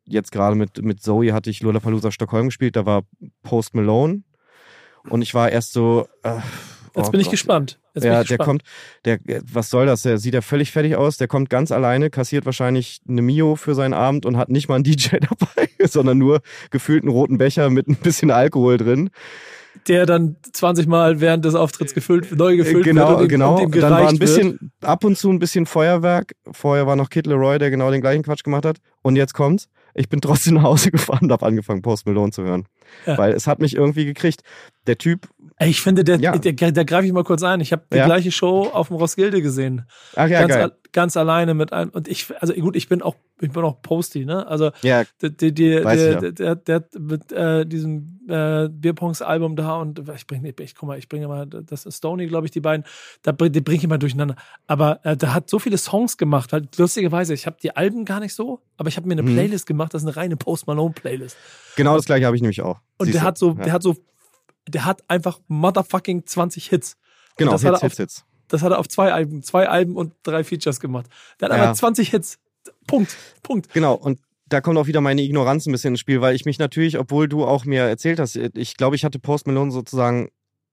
jetzt gerade mit, mit Zoe hatte ich Lollapalooza Stockholm gespielt, da war Post Malone und ich war erst so... Äh, Jetzt oh bin ich Gott. gespannt. Jetzt ja, bin ich der gespannt. kommt, der, was soll das? Der sieht ja völlig fertig aus, der kommt ganz alleine, kassiert wahrscheinlich eine Mio für seinen Abend und hat nicht mal einen D J dabei, sondern nur gefühlt einen roten Becher mit ein bisschen Alkohol drin. Der dann zwanzig Mal während des Auftritts gefüllt, neu gefüllt genau, wird und ihm, genau. und ihm Dann war ein gereicht bisschen, wird. ab und zu ein bisschen Feuerwerk. Vorher war noch Kid Leroy, der genau den gleichen Quatsch gemacht hat. Und jetzt kommt's. Ich bin trotzdem nach Hause gefahren und habe angefangen, Post Malone zu hören. Ja. Weil es hat mich irgendwie gekriegt. Der Typ... Ey, ich finde, der, Ja. der, der, da greife ich mal kurz ein. Ich habe die Ja. gleiche Show auf dem Roskilde gesehen. Ach ja, ganz, geil. al- ganz alleine mit einem. Und ich, also gut, ich bin auch, ich bin auch Posty, ne? Also Ja, der, der, der, Weiß ich der, ja. der, der, der hat mit äh, diesem äh, Bierpunks-Album da und ich bringe, ich guck mal, ich bringe mal, das ist Stoney, glaube ich, die beiden, da bring, die bringe ich immer durcheinander. Aber äh, der hat so viele Songs gemacht, halt lustigerweise. Ich habe die Alben gar nicht so, aber ich habe mir eine Mhm. Playlist gemacht, das ist eine reine Post Malone-Playlist. genau das gleiche habe ich nämlich auch. Und Siehst der du? hat so, Ja. der hat so, der hat einfach motherfucking zwanzig Hits. Genau, das hat Hits, er Hits, Hits. Das hat er auf zwei Alben, zwei Alben und drei Features gemacht. Der hat Ja. aber zwanzig Hits. Punkt, Punkt. Genau, und da kommt auch wieder meine Ignoranz ein bisschen ins Spiel, weil ich mich natürlich, obwohl du auch mir erzählt hast, ich glaube, ich hatte Post Malone sozusagen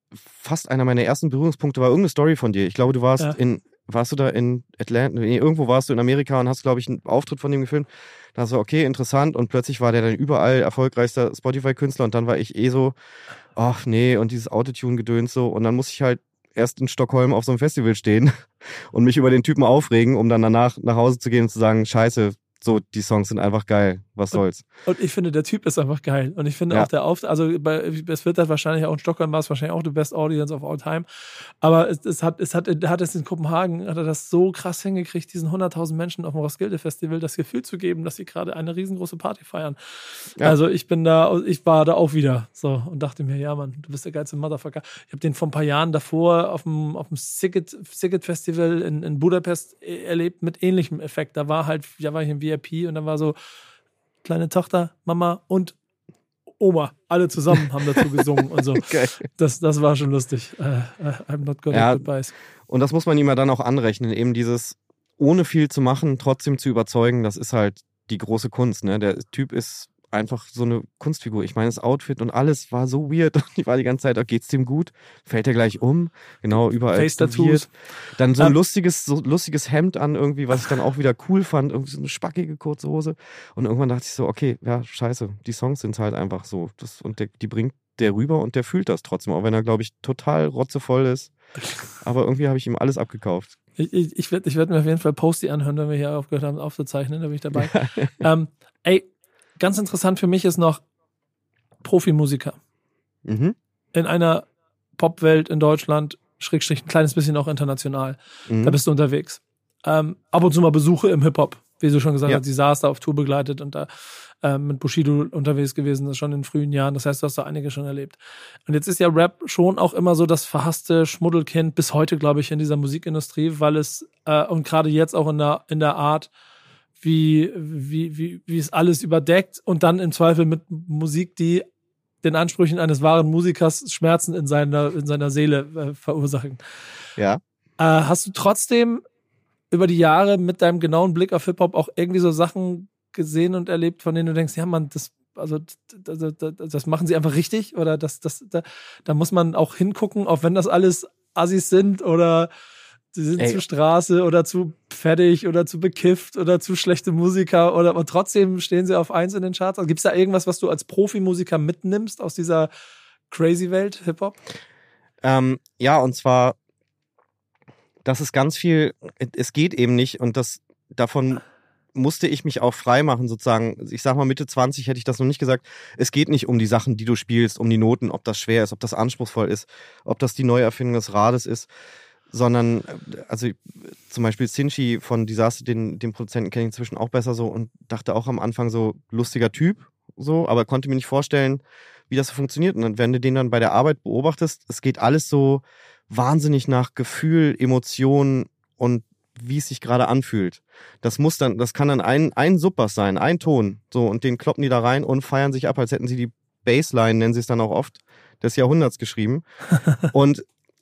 fast einer meiner ersten Berührungspunkte, war irgendeine Story von dir. Ich glaube, du warst Ja. in, warst du da in Atlanta, nee, irgendwo warst du in Amerika und hast, glaube ich, einen Auftritt von dem gefilmt. Da hast du, okay, interessant, und plötzlich war der dann überall erfolgreichster Spotify-Künstler und dann war ich eh so, ach nee, und dieses Autotune-Gedöns so, und dann muss ich halt erst in Stockholm auf so einem Festival stehen und mich über den Typen aufregen, um dann danach nach Hause zu gehen und zu sagen, scheiße, so, die Songs sind einfach geil, was soll's. Und ich finde, der Typ ist einfach geil. Und ich finde Ja. auch der Auftritt, also bei, es wird halt wahrscheinlich auch in Stockholm war es wahrscheinlich auch the best audience of all time. Aber es, es hat, es hat, hat es in Kopenhagen, hat er das so krass hingekriegt, diesen hunderttausend Menschen auf dem Roskilde Festival das Gefühl zu geben, dass sie gerade eine riesengroße Party feiern. Ja. Also ich bin da, ich war da auch wieder so und dachte mir, ja Mann, du bist der geilste Motherfucker. Ich habe den vor ein paar Jahren davor auf dem, auf dem Siget, Siget Festival in, in Budapest erlebt mit ähnlichem Effekt. Da war halt, da war ich im V I P und dann war so kleine Tochter, Mama und Oma, alle zusammen haben dazu gesungen und so. Geil. Das, das war schon lustig. Uh, I'm not good Ja. at goodbyes. Und das muss man ihm ja dann auch anrechnen, eben dieses ohne viel zu machen, trotzdem zu überzeugen, das ist halt die große Kunst, ne? Der Typ ist einfach so eine Kunstfigur. Ich meine, das Outfit und alles war so weird. Und ich war die ganze Zeit, oh, geht's dem gut? Fällt er gleich um? Genau, überall Face-Tattoos. tätowiert. Dann so ein Ähm. lustiges, so lustiges Hemd an irgendwie, was ich dann auch wieder cool fand. Irgendwie so eine spackige kurze Hose. Und irgendwann dachte ich so, okay, ja, scheiße, die Songs sind halt einfach so. Das, und der, die bringt der rüber und der fühlt das trotzdem, auch wenn er, glaube ich, total rotzevoll ist. Aber irgendwie habe ich ihm alles abgekauft. Ich, ich, ich werde ich werd mir auf jeden Fall Posty anhören, wenn wir hier aufgehört haben aufzuzeichnen, da bin ich dabei. ähm, ey, ganz interessant für mich ist noch Profimusiker. Mhm. In einer Popwelt in Deutschland, Schrägstrich ein kleines bisschen auch international. Mhm. Da bist du unterwegs. Ähm, ab und zu mal Besuche im Hip-Hop. Wie du schon gesagt Ja. hast, sie saß da auf Tour begleitet und da ähm, mit Bushido unterwegs gewesen, das schon in frühen Jahren. Das heißt, du hast da einige schon erlebt. Und jetzt ist ja Rap schon auch immer so das verhasste Schmuddelkind bis heute, glaube ich, in dieser Musikindustrie, weil es, äh, und gerade jetzt auch in der, in der Art, wie, wie, wie, wie es alles überdeckt und dann im Zweifel mit Musik, die den Ansprüchen eines wahren Musikers Schmerzen in seiner, in seiner Seele äh, verursachen. Ja. Äh, hast du trotzdem über die Jahre mit deinem genauen Blick auf Hip-Hop auch irgendwie so Sachen gesehen und erlebt, von denen du denkst, ja man, das, also, das, das, das machen sie einfach richtig oder das, das, da, da muss man auch hingucken, auch wenn das alles Assis sind oder sie sind Ey. zu Straße oder zu fertig oder zu bekifft oder zu schlechte Musiker oder aber trotzdem stehen sie auf eins in den Charts. Also, gibt es da irgendwas, was du als Profimusiker mitnimmst aus dieser crazy Welt Hip-Hop? Ähm, ja, und zwar, das ist ganz viel, es geht eben nicht und das davon musste ich mich auch frei machen, sozusagen. Ich sag mal, Mitte zwanzig hätte ich das noch nicht gesagt. Es geht nicht um die Sachen, die du spielst, um die Noten, ob das schwer ist, ob das anspruchsvoll ist, ob das die Neuerfindung des Rades ist, sondern, also zum Beispiel Sinchi von Disaster, den, den Produzenten kenne ich inzwischen auch besser so und dachte auch am Anfang so, lustiger Typ, so, aber konnte mir nicht vorstellen, wie das so funktioniert. Und dann, wenn du den dann bei der Arbeit beobachtest, es geht alles so wahnsinnig nach Gefühl, Emotionen und wie es sich gerade anfühlt. Das muss dann, das kann dann ein, ein Subbass sein, ein Ton, so, und den kloppen die da rein und feiern sich ab, als hätten sie die Bassline, nennen sie es dann auch oft, des Jahrhunderts geschrieben. Und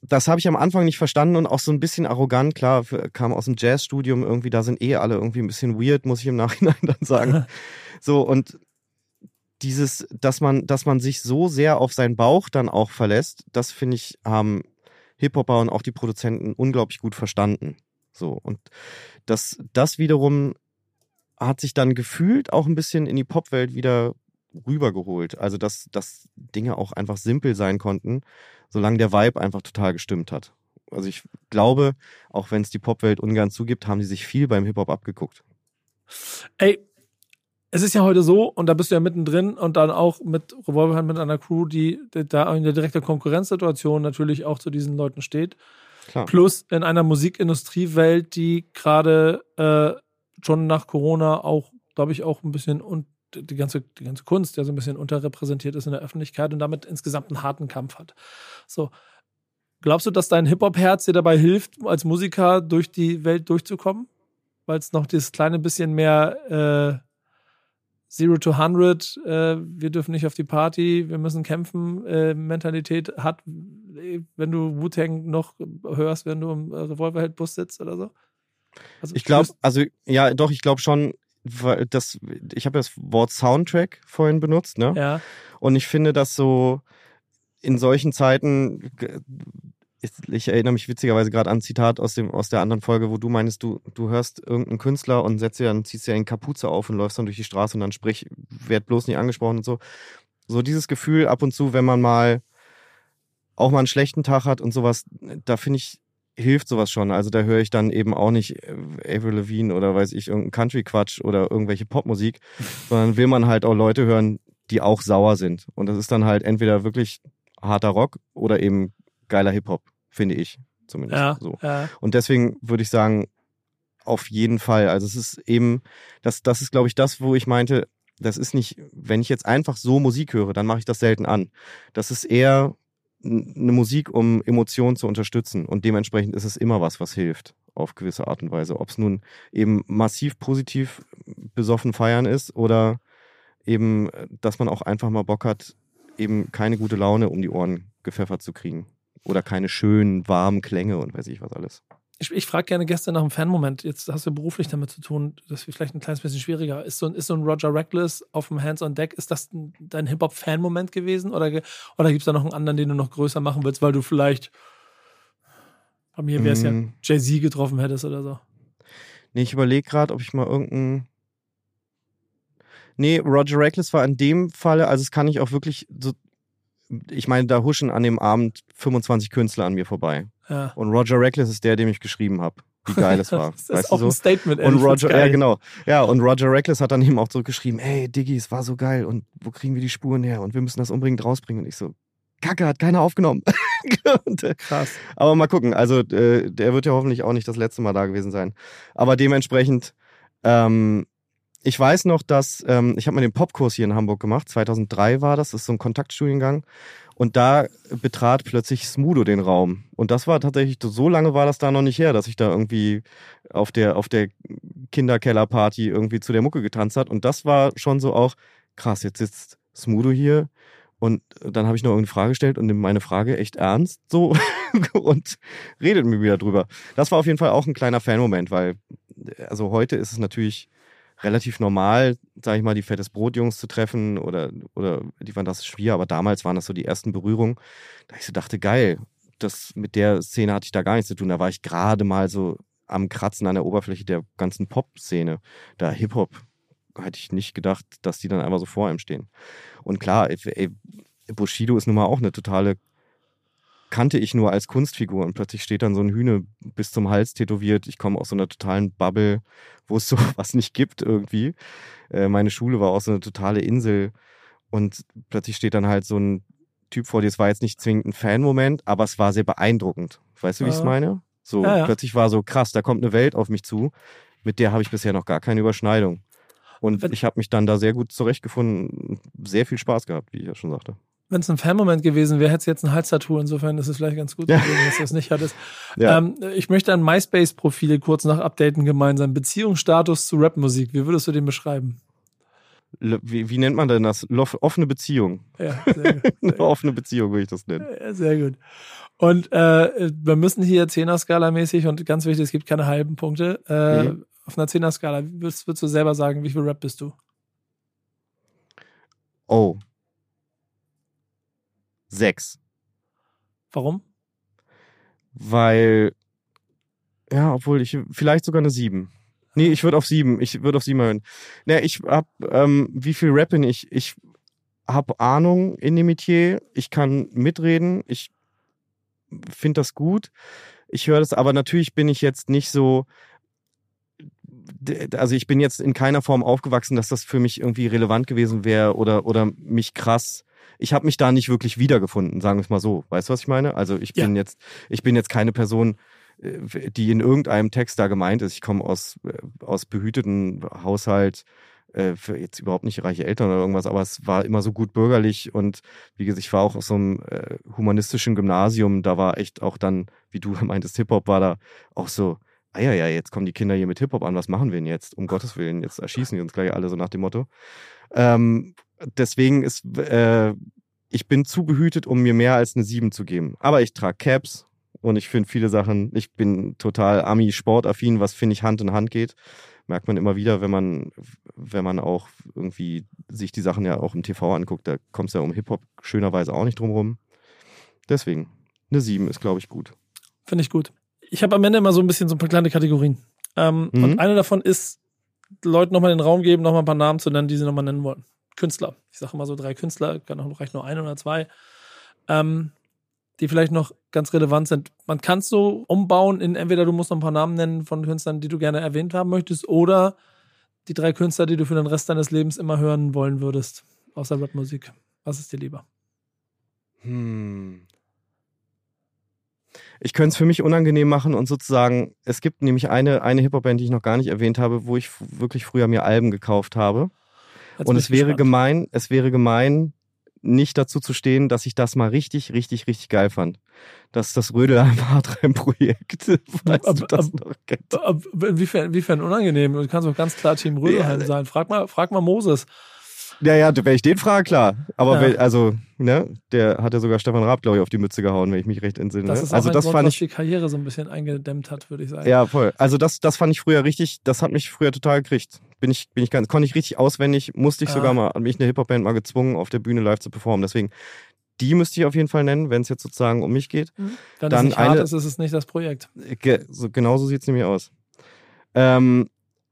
das habe ich am Anfang nicht verstanden und auch so ein bisschen arrogant. Klar, kam aus dem Jazzstudium irgendwie, da sind eh alle irgendwie ein bisschen weird, muss ich im Nachhinein dann sagen. So, und dieses, dass man, dass man sich so sehr auf seinen Bauch dann auch verlässt, das finde ich, haben Hip-Hopper und auch die Produzenten unglaublich gut verstanden. So, und das, das wiederum hat sich dann gefühlt auch ein bisschen in die Popwelt wieder rübergeholt. Also, dass, dass Dinge auch einfach simpel sein konnten, solange der Vibe einfach total gestimmt hat. Also ich glaube, auch wenn es die Popwelt ungern zugibt, haben die sich viel beim Hip-Hop abgeguckt. Ey, es ist ja heute so, und da bist du ja mittendrin und dann auch mit Revolverheld, mit einer Crew, die, die da in der direkten Konkurrenzsituation natürlich auch zu diesen Leuten steht. Klar. Plus in einer Musikindustriewelt, die gerade äh, schon nach Corona auch, glaube ich, auch ein bisschen und die ganze, die ganze Kunst, der so ein bisschen unterrepräsentiert ist in der Öffentlichkeit und damit insgesamt einen harten Kampf hat. So, glaubst du, dass dein Hip-Hop-Herz dir dabei hilft, als Musiker durch die Welt durchzukommen? Weil es noch dieses kleine bisschen mehr äh, Zero to Hundred, äh, wir dürfen nicht auf die Party, wir müssen kämpfen, äh, Mentalität hat, wenn du Wu-Tang noch hörst, wenn du im Revolverheld-Bus sitzt oder so? Also, ich glaube, also ja, doch, ich glaube schon, weil das, ich habe das Wort Soundtrack vorhin benutzt, ne? Ja. Und ich finde, dass so in solchen Zeiten, ich erinnere mich witzigerweise gerade an ein Zitat aus dem aus der anderen Folge, wo du meinst, du du hörst irgendeinen Künstler und setzt dir dann, ziehst dir eine Kapuze auf und läufst dann durch die Straße und dann sprich, werd bloß nicht angesprochen und so. So dieses Gefühl ab und zu, wenn man mal auch mal einen schlechten Tag hat und sowas, da finde ich, hilft sowas schon. Also da höre ich dann eben auch nicht Avril Lavigne oder weiß ich, irgendeinen Country-Quatsch oder irgendwelche Popmusik, sondern will man halt auch Leute hören, die auch sauer sind. Und das ist dann halt entweder wirklich harter Rock oder eben geiler Hip-Hop, finde ich zumindest. Ja, so. Ja. Und deswegen würde ich sagen, auf jeden Fall. Also es ist eben, das, das ist, glaube ich, das, wo ich meinte, das ist nicht, wenn ich jetzt einfach so Musik höre, dann mache ich das selten an. Das ist eher eine Musik, um Emotionen zu unterstützen. Und dementsprechend ist es immer was, was hilft, auf gewisse Art und Weise. Ob es nun eben massiv positiv besoffen feiern ist oder eben, dass man auch einfach mal Bock hat, eben keine gute Laune um die Ohren gepfeffert zu kriegen. Oder keine schönen, warmen Klänge und weiß ich was alles. Ich, ich frage gerne Gäste nach einem Fanmoment. Jetzt hast du beruflich damit zu tun, das ist vielleicht ein kleines bisschen schwieriger. Ist so ein, ist so ein Roger Reckless auf dem Hands on Deck, ist das ein, dein Hip-Hop-Fan-Moment gewesen? Oder, oder gibt es da noch einen anderen, den du noch größer machen willst, weil du vielleicht, bei mir wäre es mm. ja Jay-Z getroffen hättest oder so? Nee, ich überlege gerade, ob ich mal irgendeinen... Nee, Roger Reckless war in dem Falle, also es kann ich auch wirklich so... Ich meine, da huschen an dem Abend fünfundzwanzig Künstler an mir vorbei. Ja. Und Roger Reckless ist der, dem ich geschrieben habe, wie geil es war. Das ist auch ein Statement. Und Roger, ja genau, ja und Roger Reckless hat dann eben auch zurückgeschrieben, ey Diggi, es war so geil und wo kriegen wir die Spuren her und wir müssen das unbedingt rausbringen. Und ich so, Kacke, hat keiner aufgenommen. und, äh, Krass. Aber mal gucken, also äh, der wird ja hoffentlich auch nicht das letzte Mal da gewesen sein. Aber dementsprechend, ähm, ich weiß noch, dass, ähm, ich habe mal den Popkurs hier in Hamburg gemacht, zweitausenddrei war das, das ist so ein Kontaktstudiengang und da betrat plötzlich Smudo den Raum und das war tatsächlich, so lange war das da noch nicht her, dass ich da irgendwie auf der, auf der Kinderkellerparty irgendwie zu der Mucke getanzt hat und das war schon so auch, krass, jetzt sitzt Smudo hier und dann habe ich noch irgendeine Frage gestellt und nimmt meine Frage echt ernst so und redet mit mir wieder drüber. Das war auf jeden Fall auch ein kleiner Fanmoment, weil also heute ist es natürlich relativ normal, sag ich mal, die Fettes Brot-Jungs zu treffen oder, oder die Fantastischen Vier, aber damals waren das so die ersten Berührungen, da ich so dachte, geil, das, mit der Szene hatte ich da gar nichts zu tun, da war ich gerade mal so am Kratzen an der Oberfläche der ganzen Pop-Szene, da Hip-Hop, hätte ich nicht gedacht, dass die dann einfach so vor ihm stehen. Und klar, ey, Bushido ist nun mal auch eine totale, kannte ich nur als Kunstfigur und plötzlich steht dann so ein Hühne bis zum Hals tätowiert. Ich komme aus so einer totalen Bubble, wo es sowas nicht gibt irgendwie. Äh, meine Schule war auch so eine totale Insel und plötzlich steht dann halt so ein Typ vor dir. Es war jetzt nicht zwingend ein Fan-Moment, aber es war sehr beeindruckend. Weißt du, wie ich es meine? So, ja, ja. Plötzlich war so krass, da kommt eine Welt auf mich zu, mit der habe ich bisher noch gar keine Überschneidung. Und Wenn, ich habe mich dann da sehr gut zurechtgefunden, sehr viel Spaß gehabt, wie ich ja schon sagte. Wenn es ein Fan-Moment gewesen wäre, hätte es jetzt ein Hals-Tattoo. Insofern ist es vielleicht ganz gut ja. gewesen, dass du es nicht hattest. Ja. Ähm, ich möchte ein MySpace-Profil kurz nach updaten gemeinsam. Beziehungsstatus zu Rapmusik. Wie würdest du den beschreiben? wie, wie nennt man denn das? Lof, offene Beziehung. Ja, sehr gut. Eine offene Beziehung würde ich das nennen. Ja, sehr gut. Und äh, wir müssen hier Zehner-Skala mäßig und ganz wichtig, es gibt keine halben Punkte. Äh, mhm. Auf einer Zehner-Skala, würdest, würdest du selber sagen, wie viel Rap bist du? Oh. Sechs. Warum? Weil, ja, obwohl ich, vielleicht sogar eine sieben. Nee, ich würde auf sieben, ich würde auf sieben hören. Naja, ich hab, ähm, wie viel Rap bin ich? Ich habe Ahnung in dem Metier, ich kann mitreden, ich finde das gut. Ich höre das, aber natürlich bin ich jetzt nicht so, also ich bin jetzt in keiner Form aufgewachsen, dass das für mich irgendwie relevant gewesen wäre oder, oder mich krass. Ich habe mich da nicht wirklich wiedergefunden, sagen wir es mal so. Weißt du, was ich meine? Also ich bin ja. jetzt, ich bin jetzt keine Person, die in irgendeinem Text da gemeint ist. Ich komme aus, aus behüteten Haushalt, für jetzt überhaupt nicht reiche Eltern oder irgendwas, aber es war immer so gut bürgerlich und wie gesagt, ich war auch aus so einem äh, humanistischen Gymnasium, da war echt auch dann, wie du meintest, Hip-Hop war da auch so, ah ja, ja, jetzt kommen die Kinder hier mit Hip-Hop an, was machen wir denn jetzt? Um Gottes Willen, jetzt erschießen die uns gleich alle, so nach dem Motto. Ähm, deswegen ist, äh, ich bin zu behütet, um mir mehr als eine sieben zu geben. Aber ich trage Caps und ich finde viele Sachen, ich bin total Ami-Sportaffin, was finde ich Hand in Hand geht. Merkt man immer wieder, wenn man, wenn man auch irgendwie sich die Sachen ja auch im T V anguckt, da kommt es ja um Hip-Hop schönerweise auch nicht drum rum. Deswegen, eine sieben ist, glaube ich, gut. Finde ich gut. Ich habe am Ende immer so ein bisschen so ein paar kleine Kategorien. Ähm, mhm. Und eine davon ist, Leuten nochmal den Raum geben, nochmal ein paar Namen zu nennen, die sie nochmal nennen wollen. Künstler. Ich sage immer so drei Künstler, kann auch reicht nur ein oder zwei. Ähm, die vielleicht noch ganz relevant sind. Man kann es so umbauen in entweder du musst noch ein paar Namen nennen von Künstlern, die du gerne erwähnt haben möchtest, oder die drei Künstler, die du für den Rest deines Lebens immer hören wollen würdest, außer Rapmusik. Was ist dir lieber? Hm. Ich könnte es für mich unangenehm machen und sozusagen, es gibt nämlich eine, eine Hip-Hop-Band, die ich noch gar nicht erwähnt habe, wo ich f- wirklich früher mir Alben gekauft habe. Jetzt und es wäre gespannt. gemein, es wäre gemein, nicht dazu zu stehen, dass ich das mal richtig, richtig, richtig geil fand. Das ist das Rödelheim-Hartreim-Projekt, falls ab, du das ab, noch kennst. Ab, inwiefern, inwiefern unangenehm? Du kannst doch ganz klar Team Rödelheim ja. sein. Frag mal, frag mal Moses. Ja, ja, wenn ich den frage, klar. Aber ja. wenn, also, ne, der hat ja sogar Stefan Raab, glaube ich, auf die Mütze gehauen, wenn ich mich recht entsinne. Das ist auch also ein das Grund, fand was ich, die Karriere so ein bisschen eingedämmt hat, würde ich sagen. Ja, voll. Also das, das fand ich früher richtig, das hat mich früher total gekriegt. Bin ich, bin ich ganz, konnte ich richtig auswendig, musste ich ah. sogar mal, hat mich eine Hip-Hop-Band mal gezwungen, auf der Bühne live zu performen. Deswegen, die müsste ich auf jeden Fall nennen, wenn es jetzt sozusagen um mich geht. Mhm. Wenn Dann es nicht eine, hart ist, ist es nicht das Projekt. Ge, so, genau so sieht es nämlich aus. Ähm,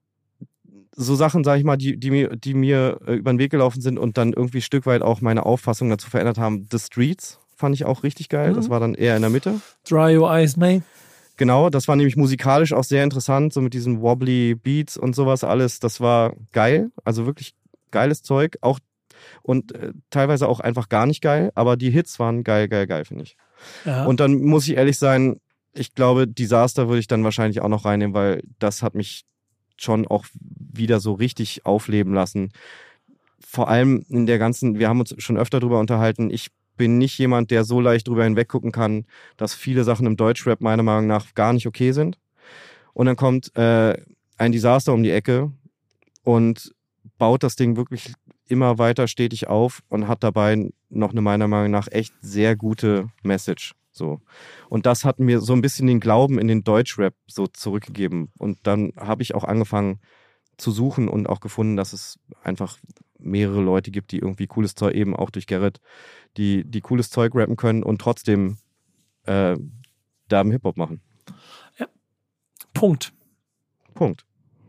so Sachen, sag ich mal, die, die mir, die mir äh, über den Weg gelaufen sind und dann irgendwie ein Stück weit auch meine Auffassung dazu verändert haben. The Streets fand ich auch richtig geil. Mhm. Das war dann eher in der Mitte. Dry Your Eyes, man. Genau, das war nämlich musikalisch auch sehr interessant, so mit diesen wobbly Beats und sowas alles. Das war geil, also wirklich geiles Zeug. Auch und äh, teilweise auch einfach gar nicht geil, aber die Hits waren geil, geil, geil, finde ich. Ja. Und dann muss ich ehrlich sein, ich glaube, Disaster würde ich dann wahrscheinlich auch noch reinnehmen, weil das hat mich schon auch wieder so richtig aufleben lassen. Vor allem in der ganzen, wir haben uns schon öfter drüber unterhalten, ich bin nicht jemand, der so leicht drüber hinweggucken kann, dass viele Sachen im Deutschrap meiner Meinung nach gar nicht okay sind. Und dann kommt äh, ein Disaster um die Ecke und baut das Ding wirklich immer weiter stetig auf und hat dabei noch eine meiner Meinung nach echt sehr gute Message. So. Und das hat mir so ein bisschen den Glauben in den Deutschrap so zurückgegeben. Und dann habe ich auch angefangen zu suchen und auch gefunden, dass es einfach mehrere Leute gibt, die irgendwie cooles Zeug, eben auch durch Gerrit, die, die cooles Zeug rappen können und trotzdem äh, da im Hip-Hop machen. Ja. Punkt. Punkt.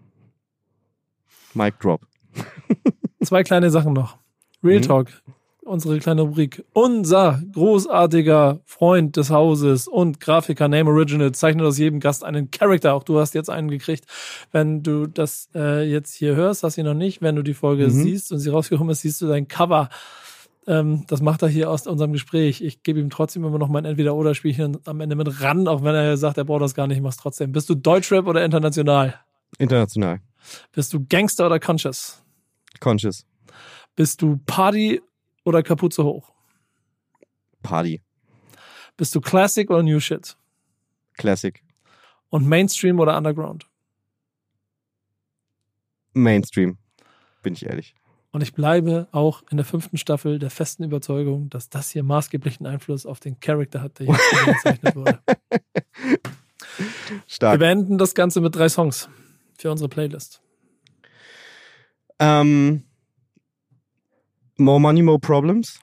Mic drop. Zwei kleine Sachen noch. Real mhm. Talk. Unsere kleine Rubrik. Unser großartiger Freund des Hauses und Grafiker Name Original zeichnet aus jedem Gast einen Charakter. Auch du hast jetzt einen gekriegt. Wenn du das äh, jetzt hier hörst, hast du ihn noch nicht. Wenn du die Folge mhm. siehst und sie rausgekommen ist, siehst du dein Cover. Ähm, das macht er hier aus unserem Gespräch. Ich gebe ihm trotzdem immer noch mein Entweder-Oder-Spielchen am Ende mit ran, auch wenn er sagt, er braucht das gar nicht, ich mach's trotzdem. Bist du Deutschrap oder international? International. Bist du Gangster oder Conscious? Conscious. Bist du Party oder Kapuze hoch? Party. Bist du Classic oder New Shit? Classic. Und Mainstream oder Underground? Mainstream, bin ich ehrlich. Und ich bleibe auch in der fünften Staffel der festen Überzeugung, dass das hier maßgeblichen Einfluss auf den Charakter hat, der hier gezeichnet wurde. Stark. Wir beenden das Ganze mit drei Songs für unsere Playlist. Ähm, More Money, More Problems.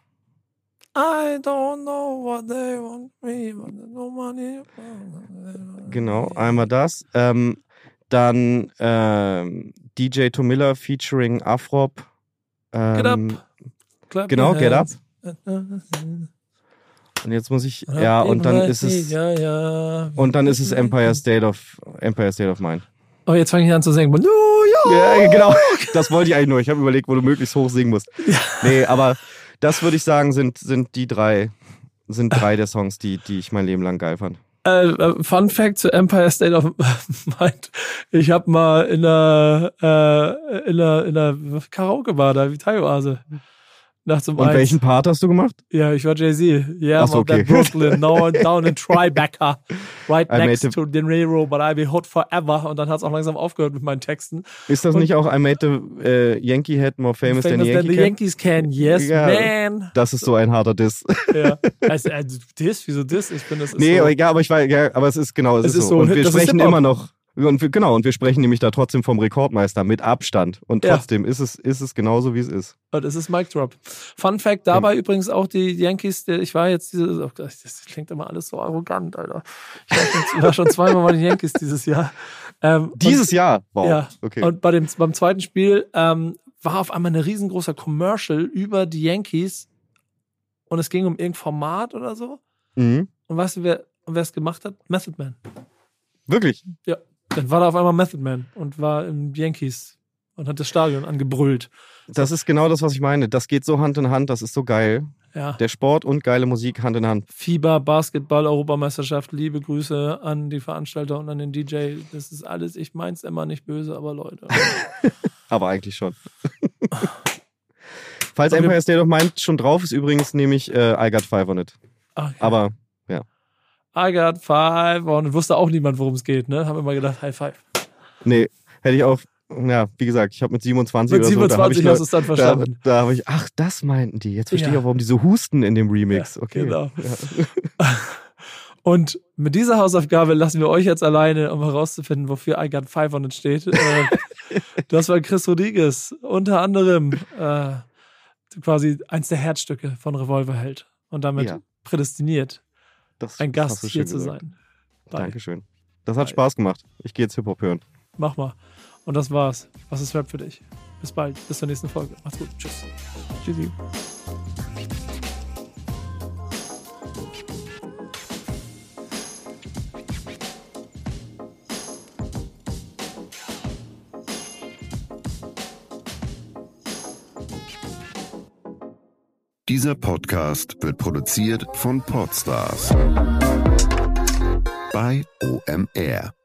I don't know what they want me, but no money. Genau, einmal das. Ähm, dann ähm, D J Tomilla featuring Afrop. Ähm, Get up. Clap Genau, your Get Up. hands. Und jetzt muss ich, ja, und dann ist es, Ja, ja. und dann ist es Empire State of, Empire State of Mind. Oh, jetzt fange ich an zu singen. Oh, ja. Ja, genau. Das wollte ich eigentlich nur. Ich habe überlegt, wo du möglichst hoch singen musst. Ja. Nee, aber das würde ich sagen, sind, sind die drei, sind drei der Songs, die, die ich mein Leben lang geil fand. Äh, Fun Fact zu Empire State of Mind. Ich habe mal in einer, äh, in einer, in einer Karaoke-Bar da, wie Thai-Oase. Nachts um Und eins. welchen Part hast du gemacht? Ja, ich war Jay-Z. Yeah, Ach so, I'm okay. okay. Brooklyn, now down in Tribeca. Right I next made to the railroad, but I'll be hot forever. Und dann hat es auch langsam aufgehört mit meinen Texten. Ist das Und nicht auch I made the äh, Yankee Head more famous, than the Famous Yankee the Can? Yankees can, yes, Ja, man. Das ist so ein harter Diss. Ja. Also, äh, Diss? Wieso Diss? Ich finde, das ist Nee, so. aber, ja, aber ich weiß, ja, aber es ist genau, es, Es ist, ist so. so, Und wir das ist sprechen Hip-Hop. immer noch, und wir, genau, und wir sprechen nämlich da trotzdem vom Rekordmeister mit Abstand. Und Ja. trotzdem ist es, ist es genauso, wie es ist. Und es ist Mic Drop. Fun Fact dabei übrigens auch die Yankees, der, ich war jetzt diese, oh Gott, das klingt immer alles so arrogant, Alter. Ich war schon, ich war schon zweimal bei den Yankees dieses Jahr. Ähm, Dieses Jahr? Wow. Ja. Okay. Und bei dem, beim zweiten Spiel ähm, war auf einmal ein riesengroßer Commercial über die Yankees und es ging um irgendein Format oder so. Mhm. Und weißt du, wer es gemacht hat? Method Man. Wirklich? Ja. Dann war da auf einmal Method Man und war im Yankees und hat das Stadion angebrüllt. Das ist genau das, was ich meine. Das geht so Hand in Hand, das ist so geil. Ja. Der Sport und geile Musik Hand in Hand. FIBA, Basketball, Europameisterschaft, liebe Grüße an die Veranstalter und an den D J. Das ist alles, ich mein's immer nicht böse, aber Leute. Aber eigentlich schon. Falls Empire State of Mind schon drauf ist, übrigens nehme ich äh, I Got Five on It. Okay. Aber, ja. I got five und wusste auch niemand, worum es geht, ne? Haben immer gedacht, High Five. Nee, hätte ich auch, ja, wie gesagt, ich habe mit siebenundzwanzig Mit oder siebenundzwanzig so, da hast du es dann habe ich, verstanden. da, da habe ich, ach, das meinten die. Jetzt verstehe Ja. ich auch, warum die so husten in dem Remix. Ja, Okay. genau. Ja. Und mit dieser Hausaufgabe lassen wir euch jetzt alleine, um herauszufinden, wofür I Got Five on It steht. Äh, das war Chris Rodriguez, unter anderem äh, quasi eins der Herzstücke von Revolverheld und damit Ja. prädestiniert, Das ein hast Gast du hier schön zu gesagt. sein. Bye. Dankeschön. Das hat Bye. Spaß gemacht. Ich gehe jetzt Hip-Hop hören. Mach mal. Und das war's. Was ist Rap für dich? Bis bald. Bis zur nächsten Folge. Macht's gut. Tschüss. Tschüssi. Dieser Podcast wird produziert von Podstars bei O M R.